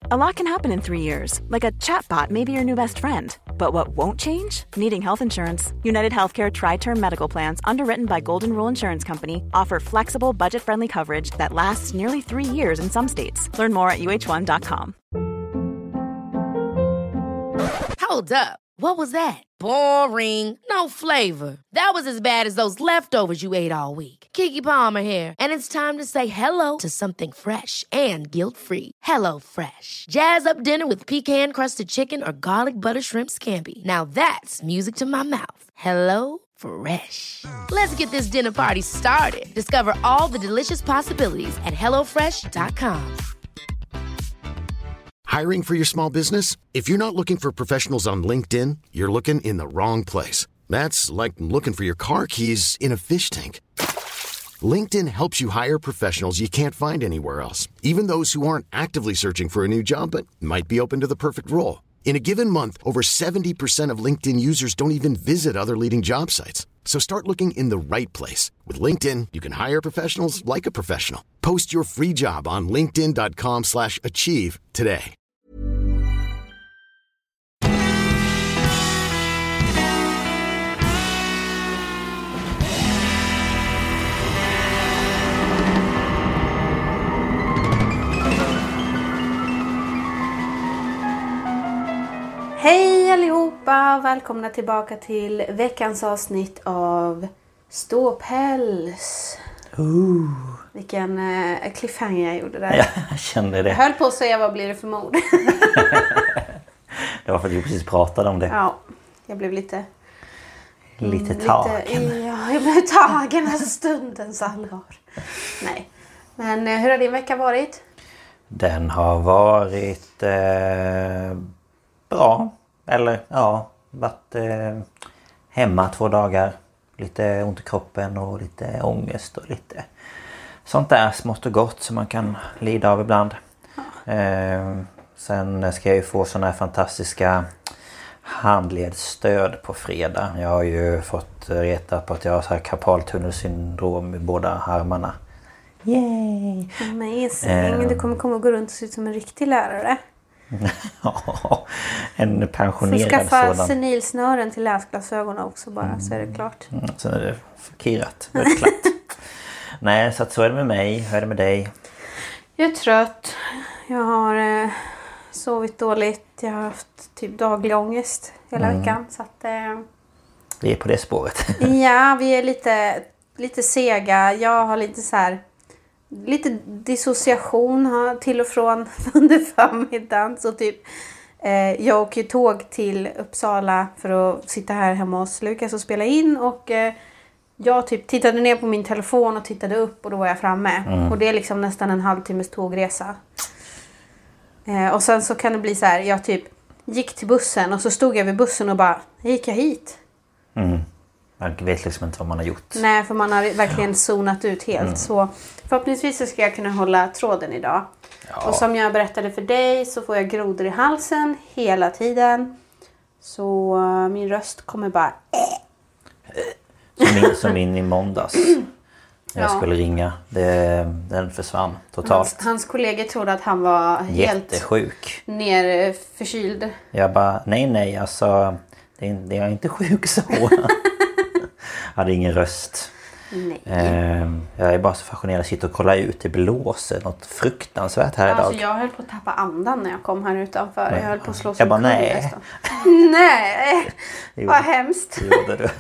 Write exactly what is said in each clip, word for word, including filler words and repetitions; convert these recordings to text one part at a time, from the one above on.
A lot can happen in three years, like a chatbot may be your new best friend. But what won't change? Needing health insurance. United Healthcare Tri-Term Medical Plans, underwritten by Golden Rule Insurance Company, offer flexible, budget-friendly coverage that lasts nearly three years in some states. Learn more at U H one dot com. Hold up. What was that? Boring. No flavor. That was as bad as those leftovers you ate all week. Keke Palmer here, and it's time to say hello to something fresh and guilt-free. Hello Fresh. Jazz up dinner with pecan-crusted chicken or garlic butter shrimp scampi. Now that's music to my mouth. Hello Fresh. Let's get this dinner party started. Discover all the delicious possibilities at hello fresh dot com. Hiring for your small business? If you're not looking for professionals on LinkedIn, you're looking in the wrong place. That's like looking for your car keys in a fish tank. LinkedIn helps you hire professionals you can't find anywhere else, even those who aren't actively searching for a new job but might be open to the perfect role. In a given month, over seventy percent of LinkedIn users don't even visit other leading job sites. So start looking in the right place. With LinkedIn, you can hire professionals like a professional. Post your free job on linkedin dot com slash achieve today. Hej allihopa, välkomna tillbaka till veckans avsnitt av Ståpäls. Ooh. Vilken uh, cliffhanger jag gjorde där. Ja, jag kände det. Jag höll på att säga vad blir det för mord. Det var för att vi precis pratade om det. Ja, jag blev lite... Lite tagen. Lite, ja, jag blev tagen av stundens allvar. Nej, men uh, hur har din vecka varit? Den har varit eh, bra. Eller ja, varit eh, hemma två dagar. Lite ont i kroppen och lite ångest och lite sånt där smått och gott som man kan lida av ibland. Ja. Eh, sen ska jag ju få såna här fantastiska handledsstöd på fredag. Jag har ju fått reta på att jag har så här karpaltunnelsyndrom i båda armarna. Yay! Amazing. Eh, du kommer komma och gå runt och se ut som en riktig lärare. Ja, en pensionerad så skaffa sådan. senilsnören till läsglasögonen också bara, mm. så är det klart. Mm, sen är det kirat, det är klart. Nej, så att så är det med mig. Hur är det med dig? Jag är trött. Jag har eh, sovit dåligt. Jag har haft typ daglig ångest hela mm. veckan. Så att, eh, vi är på det spåret. Ja, vi är lite, lite sega. Jag har lite så här... Lite dissociation till och från under förmiddagen. Så typ eh, jag åker tåg till Uppsala för att sitta här hemma hos Lukas och spela in. Och eh, jag typ tittade ner på min telefon och tittade upp och då var jag framme. Mm. Och det är liksom nästan en halvtimmes tågresa. Eh, och sen så kan det bli så här, jag typ gick till bussen och så stod jag vid bussen och bara, gick jag hit? Mm. Man vet liksom inte vad man har gjort. Nej, för man har verkligen zonat ut helt. Mm. Så förhoppningsvis så ska jag kunna hålla tråden idag. Ja. Och som jag berättade för dig så får jag grodor i halsen hela tiden. Så uh, min röst kommer bara... Som min, som min i måndags. När jag ja. skulle ringa. Det, den försvann totalt. Hans, hans kollegor trodde att han var helt jättesjuk. Nerförkyld. Jag bara, nej nej, alltså... Det är, det är inte sjuk så. Jag hade ingen röst. Nej. Eh, jag är bara så fascinerad att sitta och kolla ut. Det blåser något fruktansvärt här alltså, idag. Jag höll på att tappa andan när jag kom här utanför. Nej. Jag höll på att slå Jag bara, nej. Nej, vad hemskt. Gjorde du.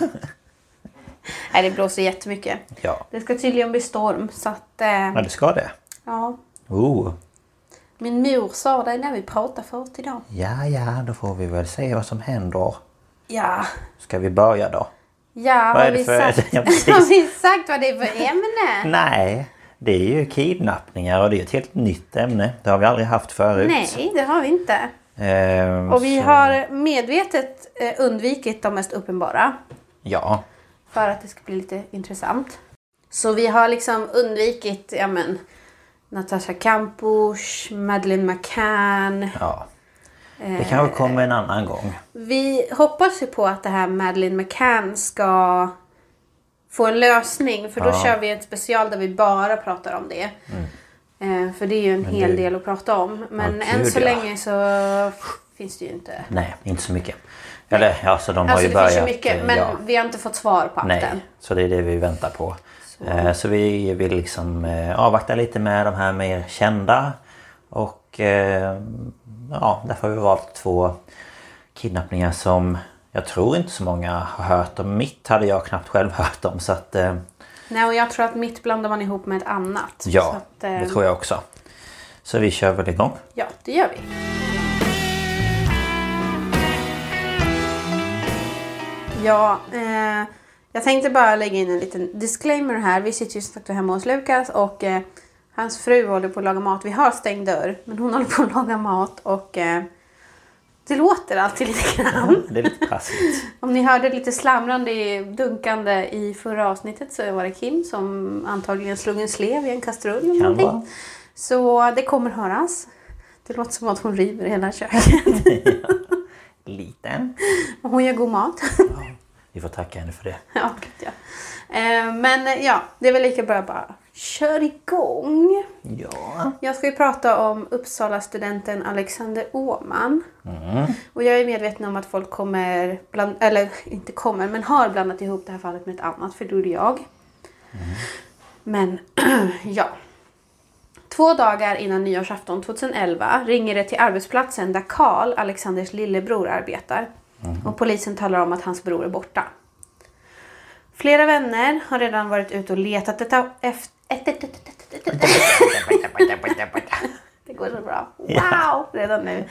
Nej, det blåser jättemycket. Ja. Det ska tydligen bli storm. Så att, eh... ja, det ska det. Ja. Oh. Min mor sa det när vi pratade förut idag. Ja, ja, då får vi väl se vad som händer. Ja. Ska vi börja då? Ja, har vi, för... sagt... har vi sagt vad det är för ämne? Nej, det är ju kidnappningar och det är ett helt nytt ämne. Det har vi aldrig haft förut. Nej, det har vi inte. Ehm, och vi så... har medvetet undvikit de mest uppenbara. Ja. För att det ska bli lite intressant. Så vi har liksom undvikit, ja men, Natasha Kampusch, Madeleine McCann. Ja. Det kanske kommer en annan gång. Vi hoppas ju på att det här Madeleine McCann ska få en lösning. För då ja. kör vi ett special där vi bara pratar om det. Mm. Eh, för det är ju en Men hel det... del att prata om. Men ja, än gud, så ja. länge så finns det ju inte. Nej, inte så mycket. Eller ja, så de har alltså ju det börjat. finns ju mycket, men ja. vi har inte fått svar på allt Nej, än. så det är det vi väntar på. Så, eh, så vi vill liksom eh, avvakta lite med de här mer kända. Och eh, ja, därför har vi valt två kidnappningar som jag tror inte så många har hört om. Mitt hade jag knappt själv hört om, så att... Eh, nej, och jag tror att mitt blandar man ihop med ett annat. ja, så att, eh, det tror jag också. Så vi kör väl igång. Ja, det gör vi. Ja, eh, jag tänkte bara lägga in en liten disclaimer här. Vi sitter ju sagt hemma hos Lukas och eh, hans fru håller på att laga mat. Vi har stängd dörr, men hon håller på att laga mat och eh, det låter alltid lite grann. Det är lite passivt. Om ni hörde lite slamrande, dunkande i förra avsnittet så var det Kim som antagligen slog en slev i en kastrull eller någonting. Vara. Så det kommer höras. Det låter som att hon river hela köket. Ja. Liten. Hon gör god mat. Ja, vi får tacka henne för det. Ja, ja. Eh, men ja, det är väl lika bra bara kör igång. Ja. Jag ska ju prata om Uppsala-studenten Alexander Åman. Mm. Och jag är medveten om att folk kommer, bland, eller inte kommer, men har blandat ihop det här fallet med ett annat, för då är det jag. Mm. Men ja. Två dagar innan nyårsafton tjugoelva ringer det till arbetsplatsen där Karl, Alexanders lillebror, arbetar. Mm. Och polisen talar om att hans bror är borta. Flera vänner har redan varit ute och letat efter... Det går så bra. Wow! Redan nu.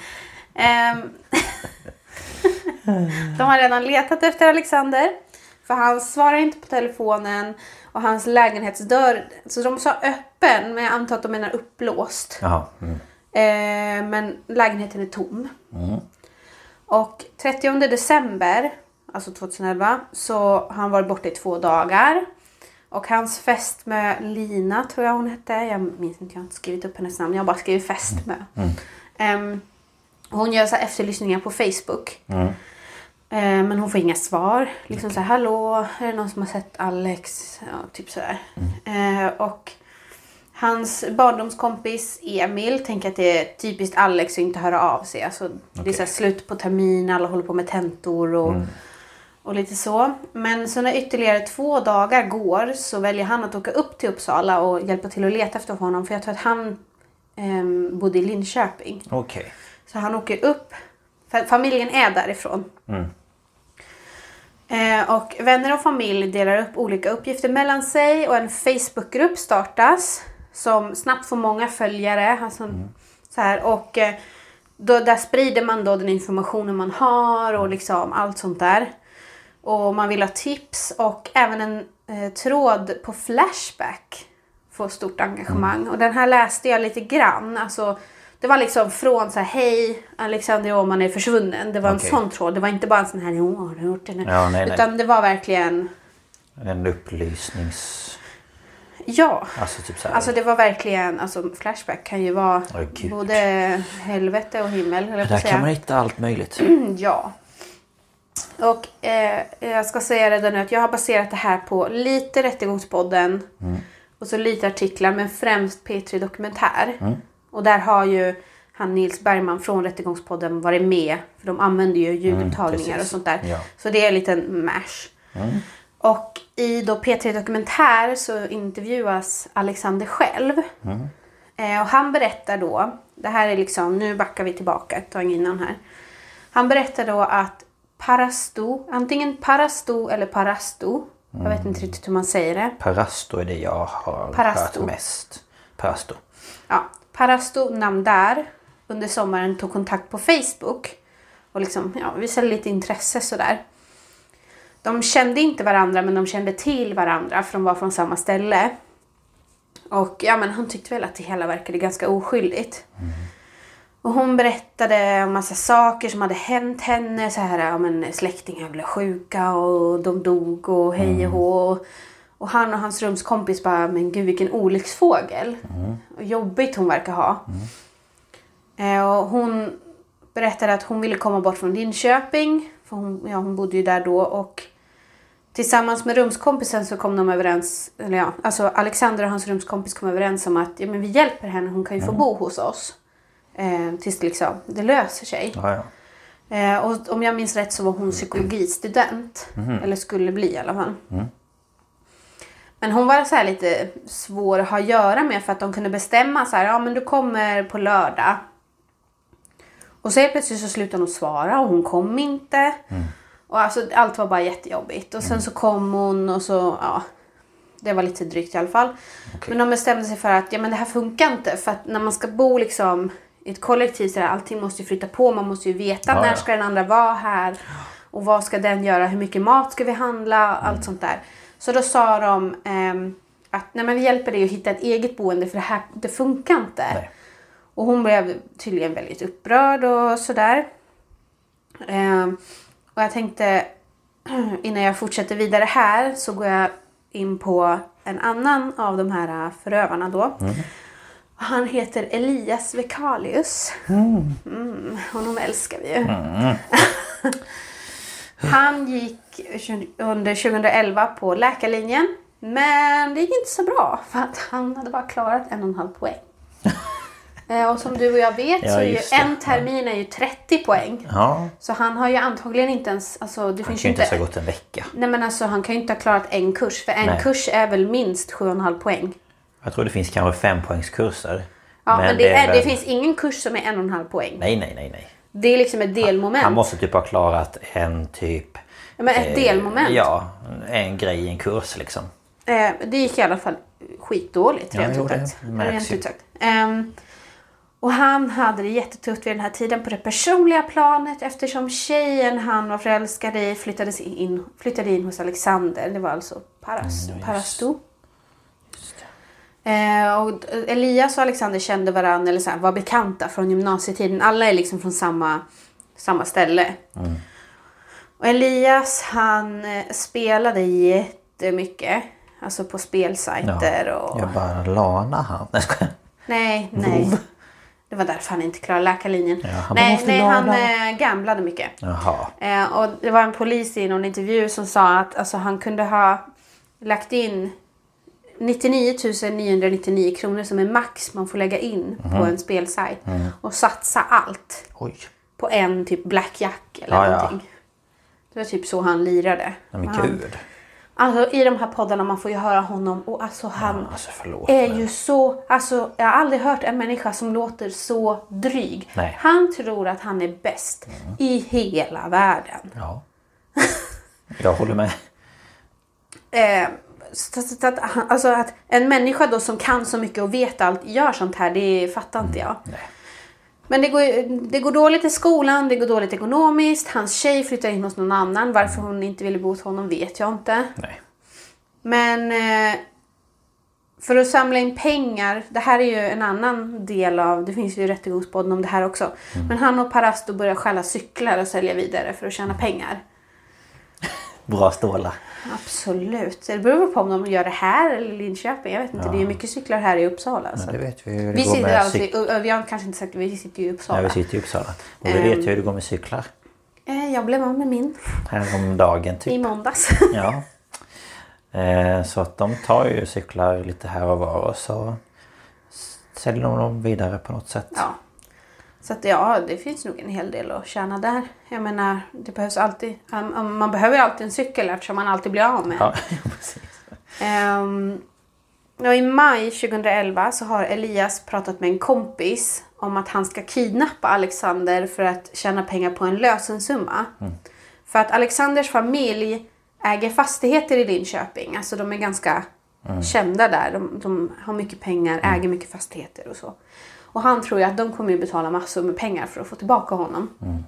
De har redan letat efter Alexander. För han svarar inte på telefonen. Och hans lägenhetsdörr... Så de sa öppen, men jag antar att de menar upplåst. Jaha. Mm. Eh, men lägenheten är tom. Mm. Och trettionde december, alltså tjugoelva, så har han varit borta i två dagar. Och hans fästmö Lina, tror jag hon hette. Jag minns inte, jag har inte skrivit upp hennes namn. Jag har bara skrivit fästmö. Mm. Um, hon gör så här efterlysningar på Facebook. Mm. Um, men hon får inga svar. Liksom okay. Så här, hallå, är det någon som har sett Alex? Ja, typ sådär. Mm. Uh, och hans barndomskompis Emil tänker att det är typiskt Alex att inte höra av sig. Alltså, okay. Det är så här slut på termin, alla håller på med tentor och, mm. och lite så. Men så när ytterligare två dagar går så väljer han att åka upp till Uppsala och hjälpa till att leta efter honom. För jag tror att han eh, bodde i Linköping. Okay. Så han åker upp, för familjen är därifrån. Mm. Eh, och vänner och familj delar upp olika uppgifter mellan sig och en Facebookgrupp startas. Som snabbt får många följare. Alltså, mm. så här, och eh, då, där sprider man då den informationen man har. Och liksom allt sånt där. Och man vill ha tips. Och även en eh, tråd på Flashback får stort engagemang. Mm. Och den här läste jag lite grann. Alltså, det var liksom från så här: hej, Alexander Åman är försvunnen. Det var okay. en sån tråd. Det var inte bara en sån här, åh, har du gjort det nu? Ja, nej, nej. Utan det var verkligen... En upplysnings... Ja, alltså, typ så här. Alltså det var verkligen, alltså Flashback kan ju vara oh, både helvete och himmel. Eller där kan man hitta allt möjligt. Ja. Och eh, jag ska säga redan nu att jag har baserat det här på lite Rättegångspodden. Mm. Och så lite artiklar, men främst P tre Dokumentär. Mm. Och där har ju han Nils Bergman från Rättegångspodden varit med. För de använder ju ljudupptagningar mm, och sånt där. Ja. Så det är en liten mash. Mm. Och i då P tre Dokumentär så intervjuas Alexander själv. Mm. Eh, och han berättar då, det här är liksom, nu backar vi tillbaka ett tag innan här. Han berättar då att Parasto, antingen Parasto eller Parasto. Mm. Jag vet inte riktigt hur man säger det. Parasto är det jag har Parasto. hört mest. Parasto. Ja, Parasto Namdar under sommaren tog kontakt på Facebook. Och liksom, ja, visade lite intresse sådär. De kände inte varandra, men de kände till varandra för de var från samma ställe. Och ja, men han tyckte väl att det hela verkade ganska oskyldigt. Mm. Och hon berättade om massa saker som hade hänt henne. Så här, ja, men släktingar blev sjuka och de dog och hej och hå. Och han och hans rumskompis bara, men gud vilken olycksfågel. Mm. Och jobbigt hon verkar ha. Mm. Eh, och hon berättade att hon ville komma bort från Linköping. För hon, ja, hon bodde ju där då och tillsammans med rumskompisen så kom de överens, eller ja, alltså Alexander och hans rumskompis kom överens om att ja, men vi hjälper henne, hon kan ju mm. få bo hos oss. Eh, tills liksom, det löser sig. Ja, ja. Eh, och om jag minns rätt så var hon psykologistudent. Mm. Eller skulle bli i alla fall. Mm. Men hon var så här lite svår att ha att göra med. För att de kunde bestämma så här. Ja men du kommer på lördag. Och så plötsligt så slutade hon svara. Och hon kom inte. Mm. Och alltså allt var bara jättejobbigt. Och sen mm. så kom hon och så ja. Det var lite drygt i alla fall. Okay. Men de bestämde sig för att ja men det här funkar inte. För att när man ska bo liksom i ett kollektiv så där, allting måste ju flytta på. Man måste ju veta ja, när ja. ska den andra vara här. Och vad ska den göra? Hur mycket mat ska vi handla? Allt mm. sånt där. Så då sa de eh, att nej, men vi hjälper dig att hitta ett eget boende. För det här det funkar inte. Nej. Och hon blev tydligen väldigt upprörd och sådär. Eh, och jag tänkte innan jag fortsätter vidare här så går jag in på en annan av de här förövarna då. Mm. Han heter Elias Vekalius. Mm. Mm, honom älskar vi ju. Mm. Han gick under tjugoelva på läkarlinjen. Men det gick inte så bra. För att han hade bara klarat en och en halv poäng. Och som du och jag vet ja, så är ju en termin är ju trettio poäng. Ja. Så han har ju antagligen inte ens... Alltså, det han finns kan ju inte inte ha gått en vecka. Nej men alltså han kan ju inte ha klarat en kurs. För en Nej. kurs är väl minst sju och en halv poäng. Jag tror det finns kanske fem poängskurser. Ja men, men det, är, väl... det finns ingen kurs som är en och en halv poäng. Nej nej nej nej. Det är liksom ett delmoment. Han måste typ ha klarat en typ... Ja, men ett eh, delmoment. Ja, en grej i en kurs liksom. Eh, det gick i alla fall skitdåligt rent ja, utsagt. Rent utsagt. Um, och han hade det jättetufft vid den här tiden på det personliga planet. Eftersom tjejen han var förälskad i flyttade in, flyttade in hos Alexander. Det var alltså Paras, mm, Parasto. Eh, och Elias och Alexander kände varandra eller så här, var bekanta från gymnasietiden. Alla är liksom från samma, samma ställe. Mm. Och Elias han eh, spelade jättemycket. Alltså på spelsajter. Ja, och... Jag bara lana han. Nej, ska jag... nej. nej. Det var därför han inte klarade läkarlinjen. Ja, han nej, nej han eh, gamblade mycket. Jaha. Eh, och det var en polis i någon intervju som sa att alltså, han kunde ha lagt in nittionio tusen niohundranittionio kronor som är max man får lägga in mm. på en spelsajt. Mm. Och satsa allt. Oj. På en typ blackjack eller ja, någonting. Ja. Det var typ så han lirade. Ja, men gud. Alltså i de här poddarna man får ju höra honom. Och alltså han ja, alltså, är ju så... Alltså jag har aldrig hört en människa som låter så dryg. Nej. Han tror att han är bäst mm. i hela världen. Ja. Jag håller med. eh, så, så, så att, alltså att en människa då som kan så mycket och vet allt gör sånt här, det fattar inte jag. Nej. Men det går, det går dåligt i skolan, det går dåligt ekonomiskt. Hans tjej flyttar in hos någon annan. Varför hon inte ville bo hos honom vet jag inte. Nej. Men eh, för att samla in pengar, det här är ju en annan del av, det finns ju rättegångspodden om det här också. Mm. Men han och Parasto börjar stjäla cyklar och sälja vidare för att tjäna pengar. Bra stålar. Absolut. Det beror på om de gör det här eller Linköping. Jag vet inte. Ja. Det är mycket cyklar här i Uppsala. Ja, det vet vi hur det vi går sitter med alltid, cyk- Vi har kanske inte sagt att vi sitter i Uppsala. Ja, vi sitter i Uppsala. Och vi um, vet hur det går med cyklar. Jag blev av med min. Här om dagen typ. I måndags. Ja. Eh, så att de tar ju cyklar lite här och var. Och så säljer de dem vidare på något sätt. Ja. Så att ja, det finns nog en hel del att tjäna där. Jag menar, det behövs alltid... Man behöver alltid en cykel eftersom man alltid blir av med. Ja, precis. Um, och i maj tjugoelva så har Elias pratat med en kompis om att han ska kidnappa Alexander för att tjäna pengar på en lösensumma. Mm. För att Alexanders familj äger fastigheter i Linköping. Alltså de är ganska mm. kända där. De, de har mycket pengar, mm. äger mycket fastigheter och så. Och han tror ju att de kommer att betala massor med pengar för att få tillbaka honom. Mm.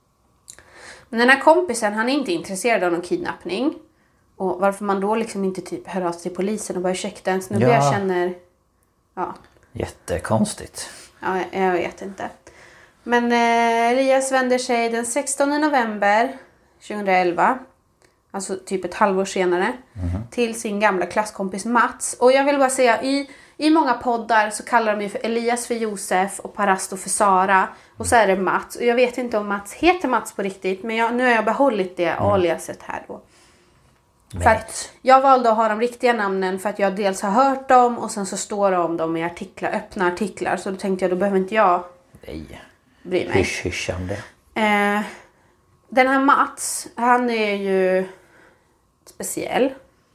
Men den här kompisen, han är inte intresserad av någon kidnappning. Och varför man då liksom inte typ hör av sig till polisen och bara ursäkta en snubbe jag känner... Ja. Jättekonstigt. Ja, jag, jag vet inte. Men eh, Elias vänder sig den sextonde november tjugoelva. Alltså typ ett halvår senare. Mm. Till sin gamla klasskompis Mats. Och jag vill bara säga, i... I många poddar så kallar de ju för Elias för Josef och Parasto för Sara. Och så är det Mats. Och jag vet inte om Mats heter Mats på riktigt. Men jag, nu har jag behållit det mm. aliaset här då. För att jag valde att ha de riktiga namnen för att jag dels har hört dem och sen så står det om dem i artiklar, öppna artiklar. Så då tänkte jag, då behöver inte jag Nej. bry mig. Hysch, hyschande. Eh, den här Mats, han är ju speciell.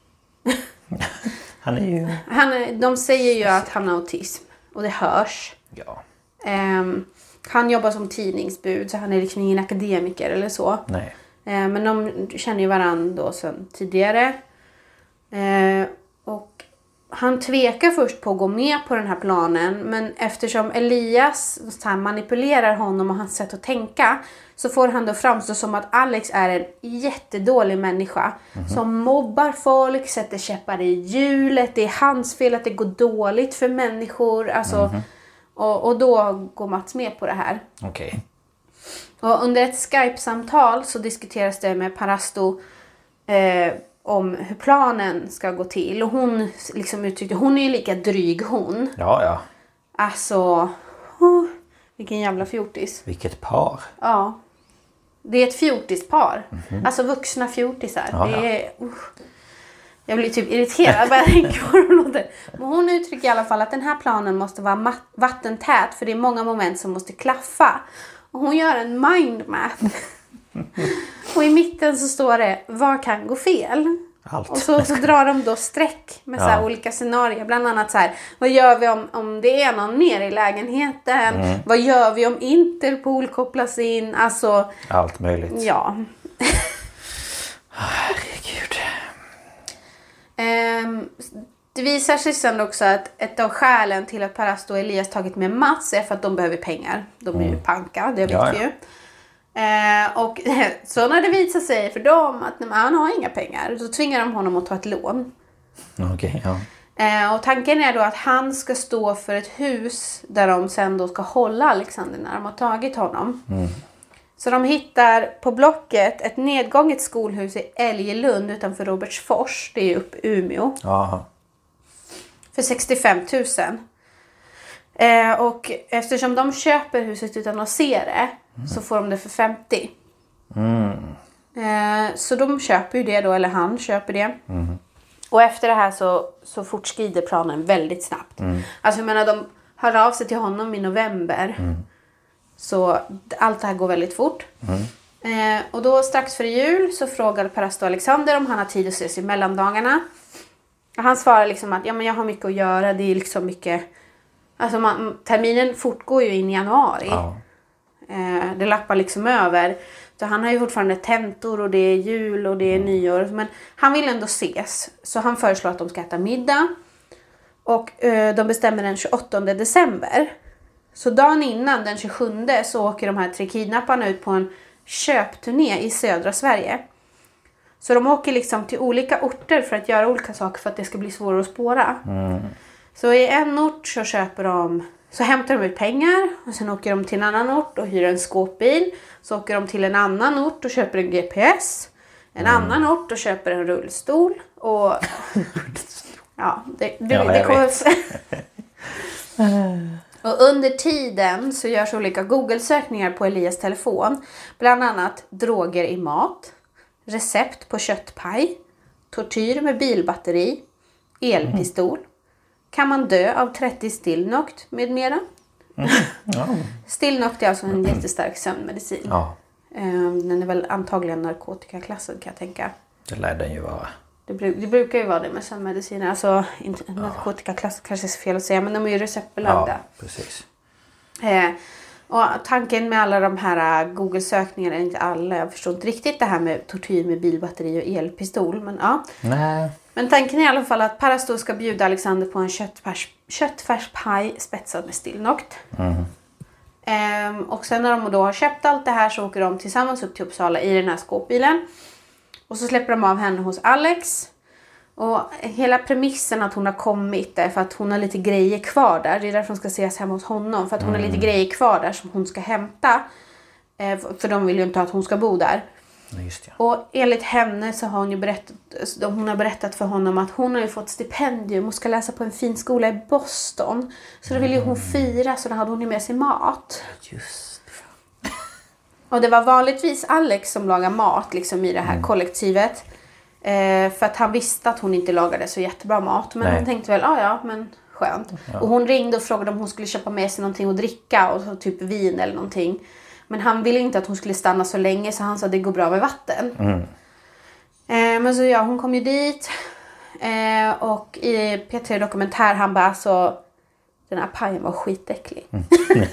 Han är ju... Han är, de säger ju att han har autism och det hörs. Ja. Eh, han jobbar som tidningsbud så han är liksom ingen akademiker eller så. Nej. Eh, men de känner ju varandra då sedan tidigare. Eh, och han tvekar först på att gå med på den här planen. Men eftersom Elias så här, manipulerar honom och hans sätt att tänka. Så får han då framstå som att Alex är en jättedålig människa. Mm-hmm. Som mobbar folk, sätter käppar i hjulet. Det är hans fel att det går dåligt för människor. Alltså, mm-hmm. och, och då går Mats med på det här. Okej. Okay. Och under ett Skype-samtal så diskuteras det med Parasto eh, om hur planen ska gå till. Och hon liksom uttryckte, hon är ju lika dryg hon. Ja, ja. Alltså, oh, vilken jävla fjortis. Vilket par. Ja. Det är ett fjortispar. Mm-hmm. Alltså vuxna fjortisar. Ja, det ja. är, uh, jag blir typ irriterad bara jag tänker på det låter. Men hon uttrycker i alla fall att den här planen måste vara mat- vattentät. För det är många moment som måste klaffa. Och hon gör en mindmap. Och i mitten så står det, vad kan gå fel? Allt. Och så, så drar de då streck med ja. så här olika scenarier. Bland annat så här, vad gör vi om, om det är någon mer i lägenheten? Mm. Vad gör vi om Interpol kopplas in? Alltså, allt möjligt. Ja. Herregud. Um, det visar sig sen också att ett av skälen till att Parasto och Elias tagit med Mats är för att de behöver pengar. De är mm. ju panka, det vet ja, vi ju. Ja. Eh, och så när det visar sig för dem att nej, han har inga pengar, så tvingar de honom att ta ett lån. Okej, okay, ja. Eh, och tanken är då att han ska stå för ett hus där de sen då ska hålla Alexander när de har tagit honom. Mm. Så de hittar på Blocket ett nedgånget skolhus i Älgelund utanför Robertsfors. Det är upp i Umeå. Aha. För sextiofem tusen. Eh, och eftersom de köper huset utan att se det mm. så får de det för femtio. Mm. Eh, så de köper ju det då, eller han köper det. Mm. Och efter det här så, så fortskrider planen väldigt snabbt. Mm. Alltså jag menar, de hör av sig till honom i november. Mm. Så allt det här går väldigt fort. Mm. Eh, och då strax före jul så frågar Parasto Alexander om han har tid att ses i mellandagarna. Och han svarar liksom att ja, men jag har mycket att göra. Det är liksom mycket... Alltså man, terminen fortgår ju in i januari. Ja. Eh, det lappar liksom över. Så han har ju fortfarande tentor och det är jul och det är mm. nyår. Men han vill ändå ses. Så han föreslår att de ska äta middag. Och eh, de bestämmer den tjugoåttonde december. Så dagen innan, den tjugosjunde, så åker de här tre kidnapparna ut på en köpturné i södra Sverige. Så de åker liksom till olika orter för att göra olika saker för att det ska bli svårare att spåra. Mm. Så i en ort så köper de, så hämtar de ut pengar och sen åker de till en annan ort och hyr en skåpbil. Så åker de till en annan ort och köper en G P S. En mm. annan ort och köper en rullstol. Och ja, det, det, ja, det kommer... Och under tiden så görs olika Google-sökningar på Elias telefon. Bland annat droger i mat, recept på köttpaj, tortyr med bilbatteri, elpistol, mm. kan man dö av trettio stillnokt med mera. Mm. Ja. Stillnokt är alltså en jättestark sömnmedicin. Ja. Den är väl antagligen narkotikaklassad, kan jag tänka. Det lär den ju vara. Det, bru- det brukar ju vara det med sömnmediciner. Alltså, inte, ja. narkotikaklass kanske är fel att säga, men de är ju receptbelagda. Ja, precis. Eh, och tanken med alla de här Google-sökningarna, inte alla, jag förstår inte riktigt det här med tortyr med bilbatteri och elpistol, men ja. Nej. Men tanken är i alla fall att Parasto ska bjuda Alexander på en köttfärs, köttfärspaj spetsad med stillnokt. Mm. Eh, och sen när de då har köpt allt det här så åker de tillsammans upp till Uppsala i den här skåpbilen. Och så släpper de av henne hos Alex. Och hela premissen att hon har kommit är för att hon har lite grejer kvar där. Det är därför hon ska ses hemma hos honom. För att hon mm. har lite grejer kvar där som hon ska hämta. Eh, för de vill ju inte att hon ska bo där. Just ja. Och enligt henne så har hon ju berättat, hon har berättat för honom att hon har ju fått stipendium och ska läsa på en fin skola i Boston. Så då vill ju hon fira, så då hade hon ju med sig mat. Just. Och det var vanligtvis Alex som lagar mat liksom i det här mm. kollektivet. Eh, för att han visste att hon inte lagade så jättebra mat. Men Nej. han tänkte väl, ja ja men skönt. Ja. Och hon ringde och frågade om hon skulle köpa med sig någonting att dricka. Och så typ vin eller någonting. Men han ville inte att hon skulle stanna så länge. Så han sa att det går bra med vatten. Mm. Eh, men så ja, hon kom ju dit. Eh, och i P tre Dokumentär han bara så... Den här pajen var skitäcklig. Mm.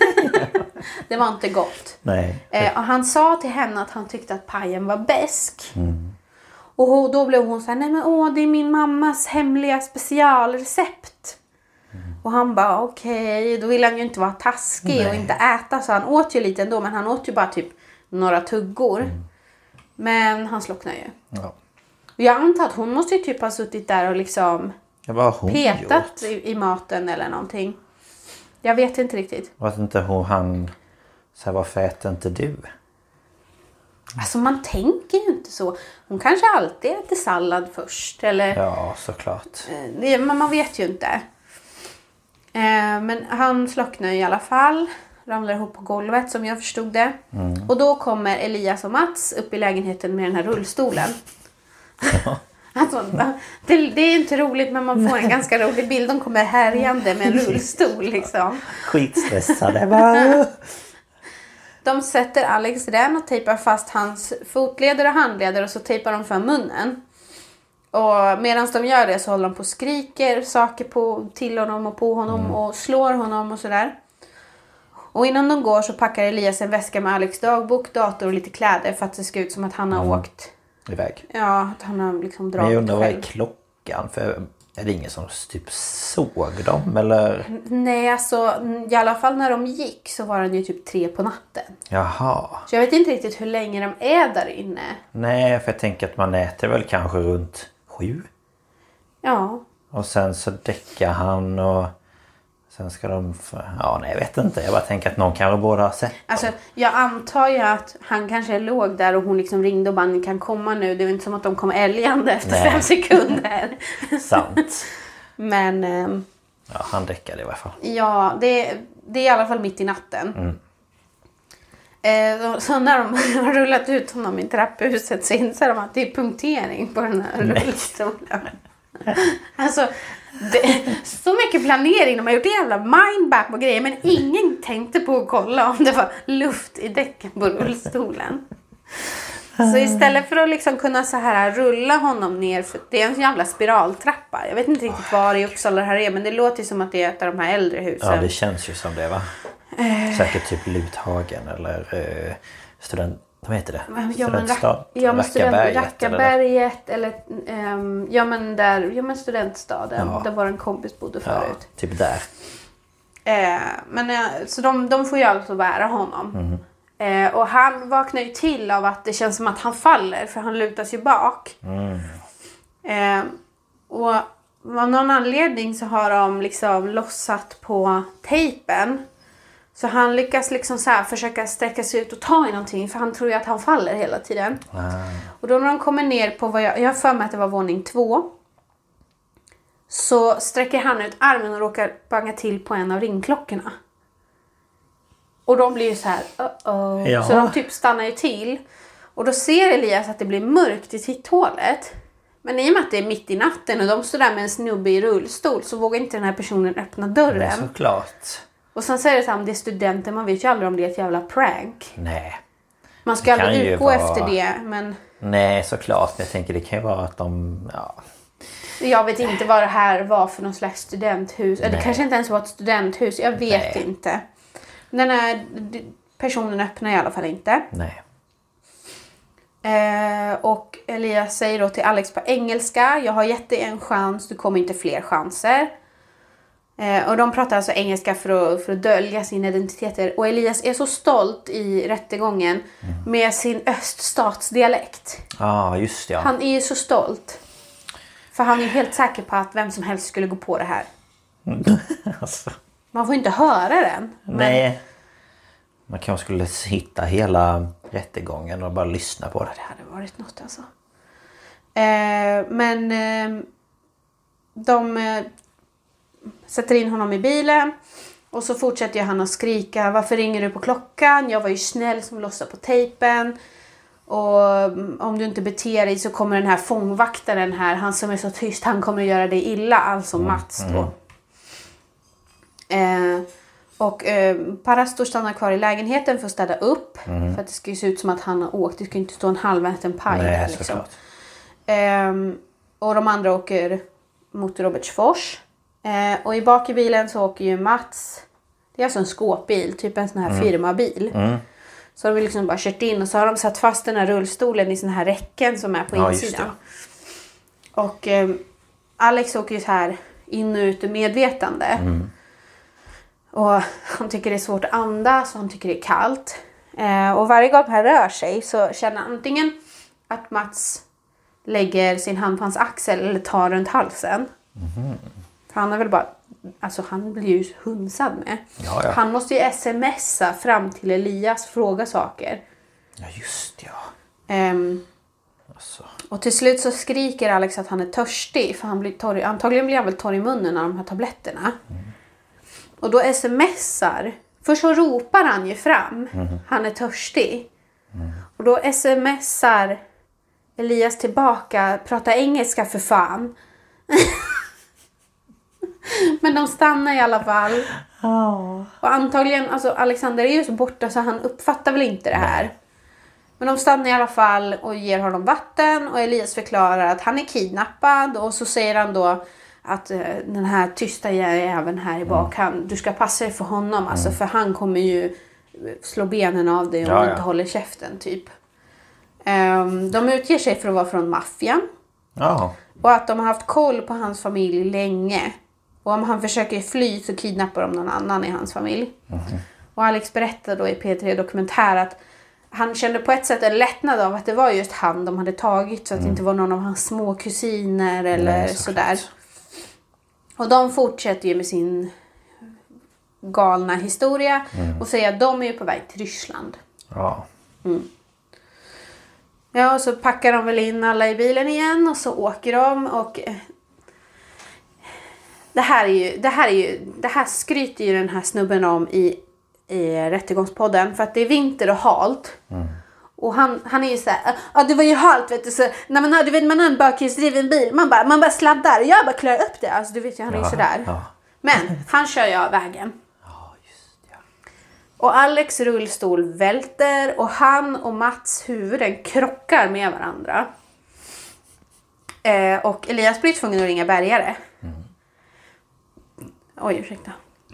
Det var inte gott. Nej. Eh, och han sa till henne att han tyckte att pajen var bäsk. Mm. Och då blev hon så här, nej men åh, det är min mammas hemliga specialrecept. Mm. Och han bara, okej, okay. Då ville han ju inte vara taskig nej. Och inte äta. Så han åt ju lite ändå, men han åt ju bara typ några tuggor. Mm. Men han slocknade ju. Ja. Och jag antar att hon måste ju typ ha suttit där och liksom hon petat i, i maten eller någonting. Jag vet inte riktigt. Jag vet inte hur han... Så här, varför äter inte du? Alltså man tänker ju inte så. Hon kanske alltid äter sallad först. Eller, ja, såklart. Det, men man vet ju inte. Eh, men han slocknar i alla fall. Ramlar ihop på golvet som jag förstod det. Mm. Och då kommer Elias och Mats upp i lägenheten med den här rullstolen. Ja. Alltså, det, det är inte roligt men man får en ganska rolig bild. De kommer härjande med en rullstol liksom. Skitstressade. De sätter Alex i den och tejpar fast hans fotleder och handleder och så tejpar de för munnen. Och medan de gör det så håller de på och skriker saker på, till honom och på honom mm. och slår honom och sådär. Och innan de går så packar Elias en väska med Alex dagbok, dator och lite kläder för att det ska ut som att han har mm. åkt iväg. Ja, att han har liksom dragit. Men jag undrar vad är klockan? För är det ingen som typ såg dem eller? Nej, alltså i alla fall när de gick så var det ju typ tre på natten. Jaha. Så jag vet inte riktigt hur länge de är där inne. Nej, för jag tänker att man äter väl kanske runt sju. Ja. Och sen så däckar han och sen ska de... Ja, nej jag vet inte. Jag bara tänker att någon kanske båda har sett dem. Alltså, jag antar ju att han kanske låg där och hon liksom ringde och bara, ni kan komma nu. Det är inte som att de kom älgande efter nej. fem sekunder. Sant. Men... Ähm, ja, han däckade i alla fall. Ja, det, det är i alla fall mitt i natten. Mm. Eh, så när de har rullat ut honom i trapphuset så inser de att det är punktering på den här nej. rullstolen. Alltså... Det, så mycket planering. De har gjort en jävla mindback på grejer. Men ingen tänkte på att kolla om det var luft i däcken på rullstolen. Så istället för att liksom kunna så här rulla honom ner. För det är en jävla spiraltrappa. Jag vet inte riktigt var i Uppsala det här är. Men det låter som att det är ett av de här äldre husen. Ja, det känns ju som det va. Uh, Säkert typ Luthagen eller uh, student... Vad heter det? Ja, men Rack, ja, men student, Rackaberget eller, eller um, ja men där, ja men studentstaden ja. Där var en kompis bodde förut. Ja, typ där. Eh, men eh, så de, de får ju alltså bära honom. Mm. Eh, och han vaknar ju till av att det känns som att han faller för han lutas ju bak. Mm. Eh, och av någon anledning så har de liksom lossat på tejpen. Så han lyckas liksom så här försöka sträcka sig ut och ta i någonting. För han tror ju att han faller hela tiden. Ah. Och då när de kommer ner på vad jag... Jag har för mig att det var våning två. Så sträcker han ut armen och råkar banga till på en av ringklockorna. Och de blir ju så här... Uh-oh. Ja. Så de typ stannar ju till. Och då ser Elias att det blir mörkt i titthålet. Men i och med att det är mitt i natten och de står där med en snubbe i rullstol. Så vågar inte den här personen öppna dörren. Men såklart. Och sen säger det så här, det är studenter, man vet ju aldrig om det är ett jävla prank. Nej. Man ska aldrig utgå vara... efter det, men... Nej, såklart. Jag tänker det kan ju vara att de... Ja. Jag vet inte vad det här var för någon slags studenthus. Eller det kanske inte ens var ett studenthus, jag vet Nej. inte. Den här personen öppnar i alla fall inte. Nej. Eh, och Elias säger då till Alex på engelska, jag har gett dig en chans, du kommer inte fler chanser. Eh, och de pratar alltså engelska för att, för att dölja sin identitet. Och Elias är så stolt i rättegången mm. med sin öststatsdialekt. Ja, ah, just ja. Han är ju så stolt. För han är helt säker på att vem som helst skulle gå på det här. alltså. Man får inte höra den. Nej. Men... Man kanske skulle hitta hela rättegången och bara lyssna på det. Det hade varit något alltså. Eh, men eh, de... Eh, sätter in honom i bilen. Och så fortsätter han att skrika. Varför ringer du på klockan? Jag var ju snäll som lossade på tejpen. Och om du inte beter dig så kommer den här fångvaktaren här, han som är så tyst, han kommer att göra dig illa. Alltså Mats då. Mm. Eh, och eh, Parastor stannar kvar i lägenheten för att städa upp. Mm. För att det ska ju se ut som att han har åkt. Det ska inte stå en halväten paj Nej, där liksom. Eh, och de andra åker mot Robertsfors. Eh, och i bak i bilen så åker ju Mats. Det är alltså en skåpbil, typ en sån här mm. firmabil. Mm. Så de har liksom bara kört in och så har de satt fast den här rullstolen i sån här räcken som är på ja, insidan. Och eh, Alex åker ju så här in och ut ur medvetande. Mm. Och han tycker det är svårt att andas och han tycker det är kallt. Eh, och varje gång han rör sig så känner han antingen att Mats lägger sin hand på hans axel eller tar runt halsen. Mm. För han är väl bara, alltså han blir ju hunsad med. Ja, ja. Han måste ju smsa fram till Elias, fråga saker. Ja just ja. Um, alltså. Och till slut så skriker Alex att han är törstig. För han blir torr, antagligen blir han väl torr i munnen av de här tabletterna. Mm. Och då smsar. Först så ropar han ju fram. Mm. Han är törstig. Mm. Och då smsar Elias tillbaka. Prata engelska för fan. Men de stannar i alla fall. Oh. Och antagligen, alltså Alexander är ju så borta så han uppfattar väl inte det här. Nej. Men de stannar i alla fall och ger honom vatten. Och Elias förklarar att han är kidnappad. Och så säger han då att uh, den här tysta jäveln här i bak, mm. han, du ska passa dig för honom. Mm. Alltså, för han kommer ju slå benen av dig om ja, du inte ja. håller käften typ. Um, de utger sig för att vara från maffian. Oh. Och att de har haft koll på hans familj länge. Och om han försöker fly så kidnappar de någon annan i hans familj. Mm. Och Alex berättade då i P tre Dokumentär att han kände på ett sätt en lättnad av att det var just han de hade tagit. Så att mm. det inte var någon av hans små kusiner eller Nej, så sådär. Klart. Och de fortsätter ju med sin galna historia. Mm. Och säger att de är ju på väg till Ryssland. Ja. Mm. Ja, och så packar de väl in alla i bilen igen. Och så åker de och... Det här är ju, det här är ju, det här skryter ju den här snubben om i, i rättegångspodden. För att det är vinter och halt. Mm. Och han, han är ju så här, ja det var ju halt vet du. Så när man har, du vet man har en bakhjulsdriven bil. Man bara, man bara sladdar och jag bara klarar upp det. Alltså du vet ju, han är ju ja, sådär. Ja. Men han kör ju av vägen. Ja, just ja. Och Alex rullstol välter. Och han och Mats huvuden krockar med varandra. Eh, och Elias blir tvungen att ringa bärgare. Mm. Oj, ursäkta.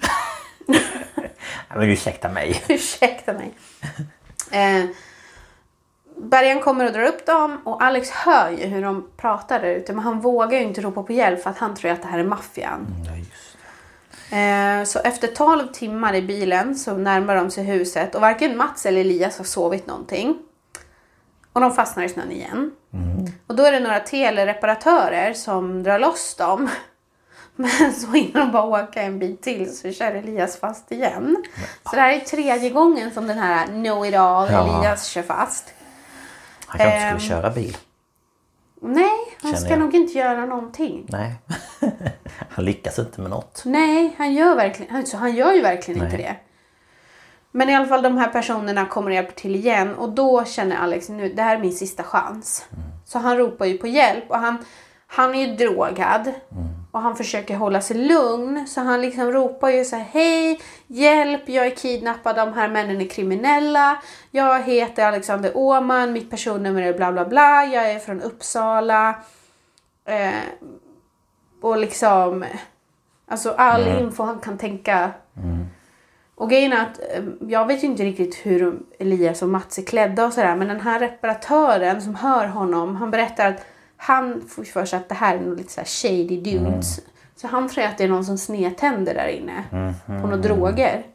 Ja, men ursäkta mig. ursäkta mig. Eh, Bergen kommer och drar upp dem. Och Alex hör ju hur de pratar där ute. Men han vågar ju inte ropa på hjälp. För att han tror att det här är maffian. Mm, ja, just det. Eh, så efter tolv timmar i bilen så närmar de sig huset. Och varken Mats eller Elias har sovit någonting. Och de fastnar i snön igen. Mm. Och då är det några telereparatörer som drar loss dem. Men så innan de bara åka en bit till så kör Elias fast igen. Ja. Så det här är tredje gången som den här know-it-all ja. Elias kör fast. Han kanske um, skulle köra bil. Nej, han Känner ska jag. nog inte göra någonting. Nej, han lyckas inte med något. Nej, han gör, verkligen, alltså, han gör ju verkligen Nej. inte det. Men i alla fall de här personerna kommer och hjälper till igen. Och då känner Alex, nu, det här är min sista chans. Mm. Så han ropar ju på hjälp. Och han, han är ju drogad. Mm. Och han försöker hålla sig lugn. Så han liksom ropar ju så här: hej, hjälp, jag är kidnappad, de här männen är kriminella. Jag heter Alexander Åman, mitt personnummer är bla bla bla. Jag är från Uppsala. Eh, och liksom, alltså all mm. info han kan tänka. Mm. Och grejen är att jag vet ju inte riktigt hur Elias och Mats är klädda och sådär. Men den här reparatören som hör honom, han berättar att han får för sig att det här är nog lite så här shady dudes. Mm. Så han tror att det är någon som snedtänder där inne. Mm, mm, på några mm. droger.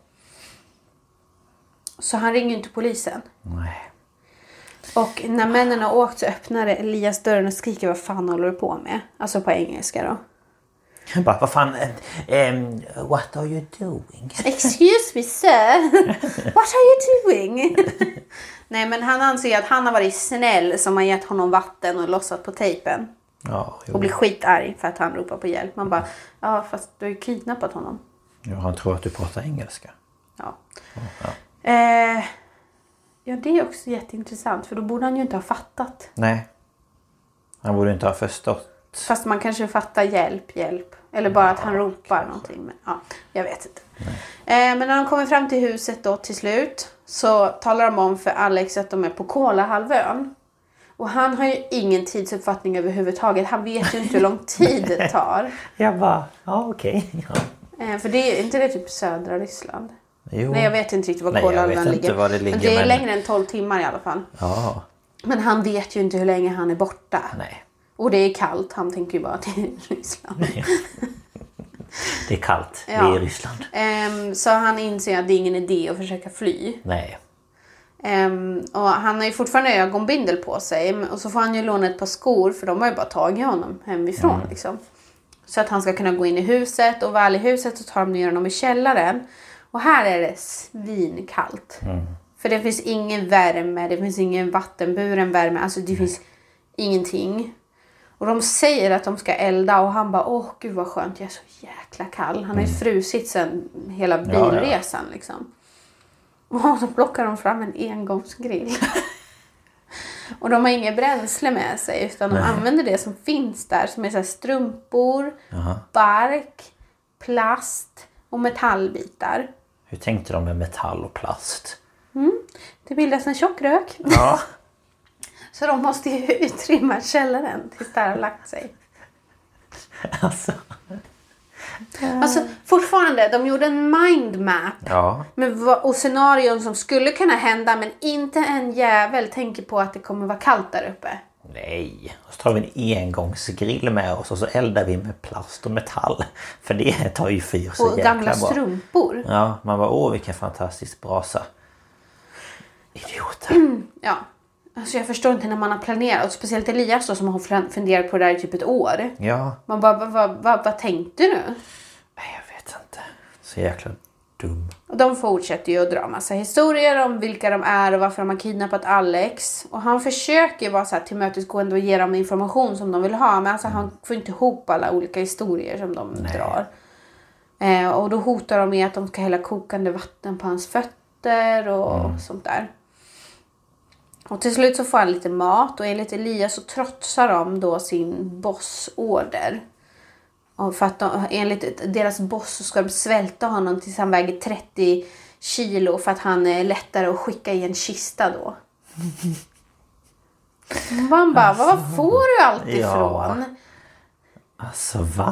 Så han ringer inte polisen. Nej. Och när männen har åkt så öppnar Elias dörren och skriker: vad fan håller du på med? Alltså på engelska då. Jag bara, vad fan, um, what are you doing? Excuse me sir, what are you doing? Nej, men han anser att han har varit snäll som har gett honom vatten och lossat på tejpen. Ja, och blir skitarg för att han ropar på hjälp. Man bara, ja fast du har ju kidnappat honom. Ja, han tror att du pratar engelska. Ja. Oh, ja. Eh, Ja, det är också jätteintressant. För då borde han ju inte ha fattat. Nej. Han borde inte ha förstått. Fast man kanske fattar hjälp, hjälp. Eller bara att han ja, ropar kanske. Någonting. Men, ja, jag vet inte. Eh, men när de kommer fram till huset då till slut. Så talar de om för Alex att de är på Kolahalvön. Och han har ju ingen tidsuppfattning överhuvudtaget. Han vet ju inte hur lång tid det tar. Jag bara, ja okej. Okay. Ja. Eh, för det är inte det typ södra Ryssland. Jo. Nej, jag vet inte riktigt var Kolahalvön ligger. Var det ligger. Men det är men... längre än tolv timmar i alla fall. Ja. Men han vet ju inte hur länge han är borta. Nej. Och det är kallt. Han tänker ju bara till Ryssland. Det är kallt. Ja. Det är Ryssland. Um, så han inser att det är ingen idé att försöka fly. Nej. Um, och han har ju fortfarande ögonbindel på sig. Och så får han ju låna ett par skor. För de har ju bara tagit honom hemifrån. Mm. Liksom. Så att han ska kunna gå in i huset. Och väl i huset så tar de ner honom i källaren. Och här är det svinkallt. Mm. För det finns ingen värme. Det finns ingen vattenburen värme. Alltså det mm. finns ingenting. Och de säger att de ska elda. Och han bara, åh gud vad skönt. Jag är så jäkla kall. Han har ju frusit sen hela bilresan. Ja, ja. Liksom. Och så plockar de fram en engångsgrill. Och de har inget bränsle med sig. Utan Nej. de använder det som finns där. Som är så här strumpor, Aha. bark, plast och metallbitar. Hur tänkte de med metall och plast? Mm. Det bildas en tjock rök. Ja. Så de måste ju utrymma källaren tills det har lagt sig. Alltså. Alltså fortfarande, de gjorde en mindmap. Ja. Med, och scenarion som skulle kunna hända. Men inte en jävel tänker på att det kommer vara kallt där uppe. Nej, och så tar vi en engångsgrill med oss. Och så eldar vi med plast och metall. För det tar ju fyr så och jäkla gamla bra. strumpor. Ja, man bara, åh vilken fantastisk brasa. Idioter. Mm, ja. Alltså jag förstår inte när man har planerat. Och speciellt Elias då, som har funderat på det här i typ ett år. Ja. Man bara, vad, vad, vad, vad tänkte du? Nej, jag vet inte. Så jäkla dum. Och de fortsätter ju att dra massa historier om vilka de är och varför de har kidnappat Alex. Och han försöker vara så här tillmötesgående och ge dem information som de vill ha. Men alltså mm. han får inte ihop alla olika historier som de Nej. drar. Eh, och då hotar de med att de ska hälla kokande vatten på hans fötter och mm. sånt där. Och till slut så får han lite mat. Och enligt Elias så trotsar de då sin bossorder. Och för att de, enligt deras boss så ska de svälta honom tills han väger trettio kilo. För att han är lättare att skicka i en kista då. Man bara, alltså, vad får du allt ifrån? Ja. Alltså va?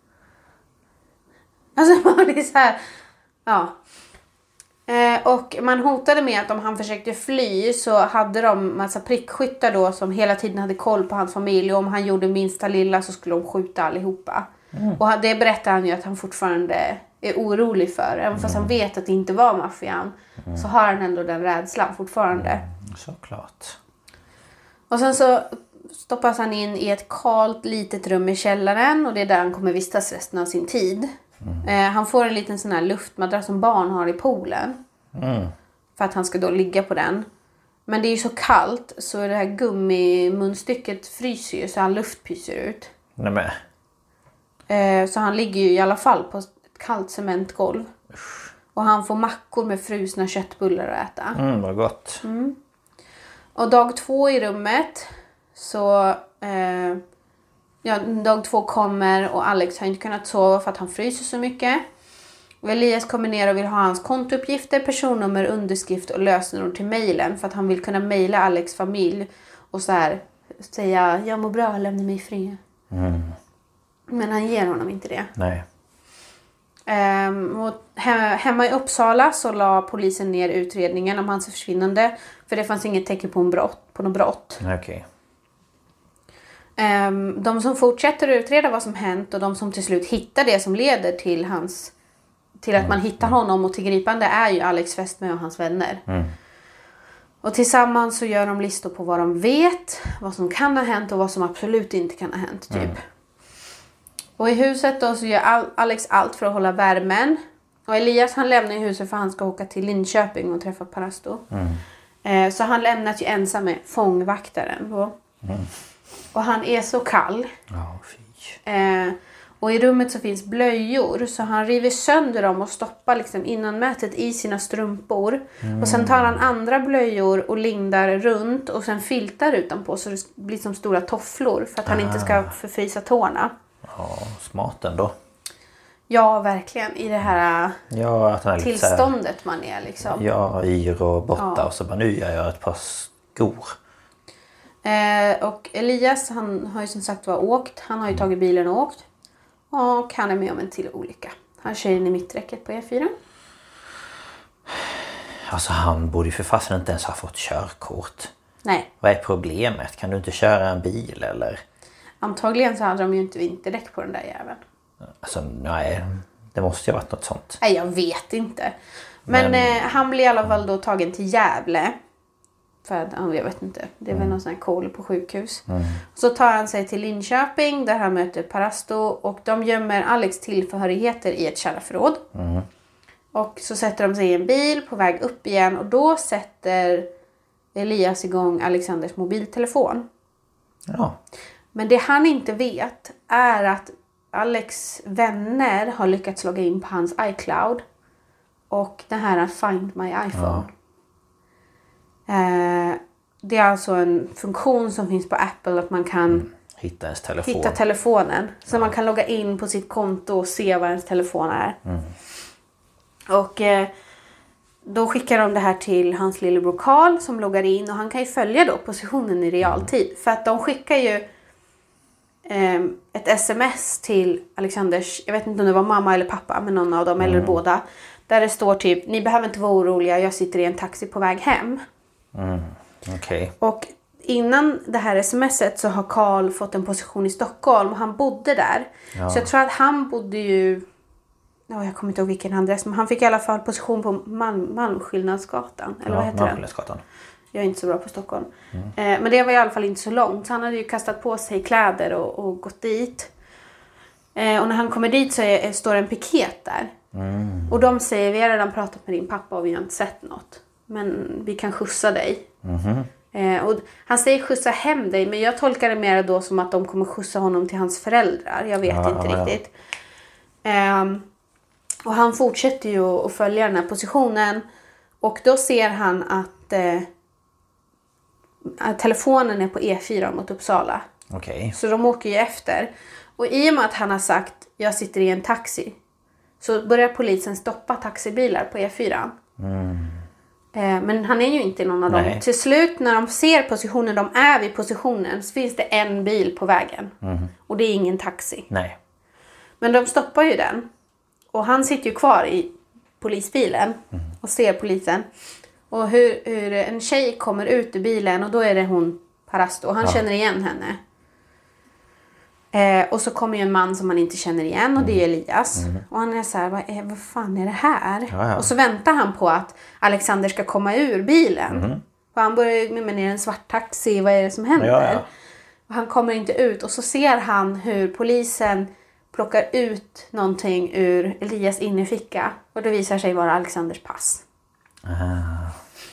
Alltså man är så här, ja. Eh, och man hotade med att om han försökte fly så hade de massa prickskyttar då som hela tiden hade koll på hans familj. Och om han gjorde minsta lilla så skulle de skjuta allihopa. Mm. Och det berättar han ju att han fortfarande är orolig för. Även fast mm. han vet att det inte var maffian mm. så har han ändå den rädslan fortfarande. Mm, såklart. Och sen så stoppas han in i ett kalt litet rum i källaren. Och det är där han kommer vistas resten av sin tid. Mm. Eh, han får en liten sån här luftmadrass som barn har i poolen. Mm. För att han ska då ligga på den. Men det är ju så kallt så det här gummimunstycket fryser ju så han luftpyser ut. Nämen. Eh, så han ligger ju i alla fall på ett kallt cementgolv. Usch. Och han får mackor med frusna köttbullar att äta. Mm, vad gott. Mm. Och dag två i rummet så... Eh, ja, dag två kommer och Alex har inte kunnat sova för att han fryser så mycket. Och Elias kommer ner och vill ha hans kontouppgifter, personnummer, underskrift och lösenord till mejlen. För att han vill kunna mejla Alex familj och så här säga, jag mår bra, lämna mig fri. Mm. Men han ger honom inte det. Nej. Um, och he- hemma i Uppsala så la polisen ner utredningen om hans försvinnande. För det fanns inget tecken på, en brott, på något brott. Okej. Okay. Um, de som fortsätter utreda vad som hänt och de som till slut hittar det som leder till hans till att mm. man hittar honom och till gripande är ju Alex Fästmö och hans vänner. Mm. Och tillsammans så gör de listor på vad de vet, vad som kan ha hänt och vad som absolut inte kan ha hänt typ. Mm. Och i huset då så gör Alex allt för att hålla värmen. Och Elias han lämnar huset för att han ska åka till Linköping och träffa Parasto. Mm. Eh, så han lämnas ju ensam med fångvaktaren då. Mm. Och han är så kall. Ja, fy. Eh, Och i rummet så finns blöjor. Så han river sönder dem och stoppar liksom innanmätet i sina strumpor. Mm. Och sen tar han andra blöjor och lindar runt. Och sen filtar utanpå så det blir som stora tofflor. För att han ah. inte ska förfrysa tårna. Ja, smart ändå. Ja, verkligen. I det här ja, att han är tillståndet lite, man är liksom. Ja, yr och borta. Ja. Och så bara, nu gör jag ett par skor. Eh, och Elias, han har ju som sagt var åkt. Han har ju tagit bilen och åkt. Och han är med om en till olycka. Han kör in i mitträcket på E fyra. Alltså han borde ju för fasen inte ens ha fått körkort. Nej. Vad är problemet? Kan du inte köra en bil eller? Antagligen så hade de ju inte vinterdäck på den där jäveln. Alltså nej, det måste ju ha varit något sånt. Nej, jag vet inte. Men, Men... Eh, han blir i alla fall då tagen till Gävle. För att, jag vet inte, det är väl mm. någon sån här koll på sjukhus. Mm. Så tar han sig till Linköping där han möter Parasto. Och de gömmer Alex tillhörigheter i ett källarförråd. Mm. Och så sätter de sig i en bil på väg upp igen. Och då sätter Elias igång Alexanders mobiltelefon. Ja. Men det han inte vet är att Alex vänner har lyckats logga in på hans iCloud. Och det här är Find My iPhone. Ja. Eh, det är alltså en funktion som finns på Apple att man kan mm. hitta ens telefon. Hitta telefonen. Så ja. Man kan logga in på sitt konto och se vad ens telefon är. Mm. Och eh, då skickar de det här till hans lillebror Carl som loggar in. Och han kan ju följa då positionen i realtid. Mm. För att de skickar ju eh, ett sms till Alexanders, jag vet inte om det var mamma eller pappa, men någon av dem mm. eller båda. Där det står typ, ni behöver inte vara oroliga, jag sitter i en taxi på väg hem. Mm. Okay. Och innan det här smset så har Carl fått en position i Stockholm och han bodde där. Ja. Så jag tror att han bodde ju, ja, jag kommer inte ihåg vilken adress, men han fick i alla fall position på Malm, Malmskillnadsgatan. Eller ja, vad heter Malmskillnadsgatan. Jag är inte så bra på Stockholm. Mm. Eh, men det var i alla fall inte så långt. Så han hade ju kastat på sig kläder och, och gått dit. Eh, och när han kommer dit så är, står en piket där. Mm. Och de säger, vi har redan pratat med din pappa och vi har inte sett något. Men vi kan skjutsa dig. Mm. Eh, och han säger skjutsa hem dig. Men jag tolkar det mer då som att de kommer skjutsa honom till hans föräldrar. Jag vet ja, inte ja. riktigt. Eh, och han fortsätter ju att följa den här positionen. Och då ser han att, eh, att telefonen är på E fyra mot Uppsala. Okay. Så de åker ju efter. Och i och med att han har sagt, jag sitter i en taxi. Så börjar polisen stoppa taxibilar på E fyra. Mm. Eh, men han är ju inte i någon av dem. Nej. Till slut när de ser positionen, de är vid positionen, så finns det en bil på vägen. Mm. Och det är ingen taxi. Nej. Men de stoppar ju den. Och han sitter ju kvar i polisbilen mm. och ser polisen. Och hur, hur en tjej kommer ut ur bilen och då är det hon Parasto. Och han ja. känner igen henne. Eh, och så kommer ju en man som man inte känner igen och det är Elias. Mm. Och han är så här, vad, är, vad fan är det här? Ja, ja. Och så väntar han på att Alexander ska komma ur bilen. Mm. Och han börjar med ner en svart taxi, vad är det som händer? Ja, ja. Och han kommer inte ut och så ser han hur polisen plockar ut någonting ur Elias innerficka. Och det visar sig vara Alexanders pass. Ah.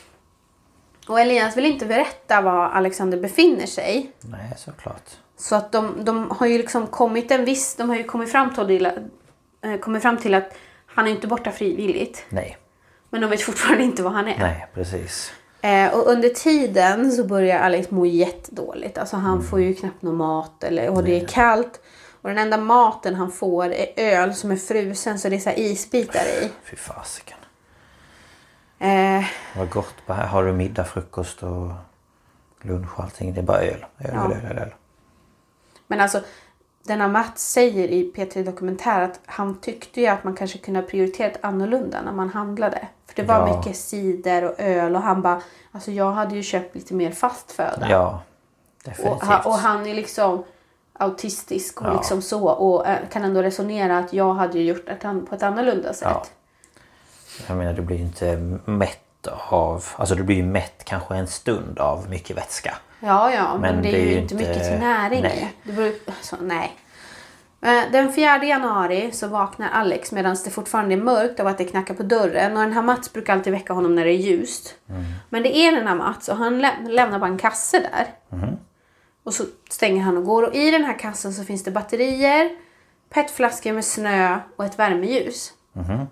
Och Elias vill inte berätta var Alexander befinner sig. Nej, såklart. Så att de, de har ju liksom kommit en viss, de har ju kommit fram till, äh, kommit fram till att han är inte borta frivilligt. Nej. Men de vet fortfarande inte vad han är. Nej, precis. Eh, och under tiden så börjar Alex må jättedåligt. Alltså han mm. får ju knappt någon mat eller, och det är kallt. Och den enda maten han får är öl som är frusen så det är så här isbitar i. Fy fasiken. Eh, Vad gott. Här har du middag, frukost och lunch och allting. Det är bara öl. Öl, ja. öl, öl, öl. Men alltså, denna Mats säger i P tre Dokumentär att han tyckte ju att man kanske kunde ha prioriterat annorlunda när man handlade. För det var ja. mycket cider och öl och han bara, alltså jag hade ju köpt lite mer fast föda. Ja, definitivt. Och, och han är liksom autistisk och ja. liksom så och kan ändå resonera att jag hade ju gjort det på ett annorlunda sätt. Ja. Jag menar, du blir inte mätt av, alltså du blir ju mätt kanske en stund av mycket vätska. Ja, ja, men, men det är ju inte mycket till näring. Nej. Det beror, så, nej. Den fjärde januari så vaknar Alex medan det fortfarande är mörkt av att det knackar på dörren. Och den här Mats brukar alltid väcka honom när det är ljust. Mm. Men det är den här Mats och han läm- lämnar bara en kasse där. Mm. Och så stänger han och går. Och i den här kassen så finns det batterier, petflaskor med snö och ett värmeljus. Mm-hmm.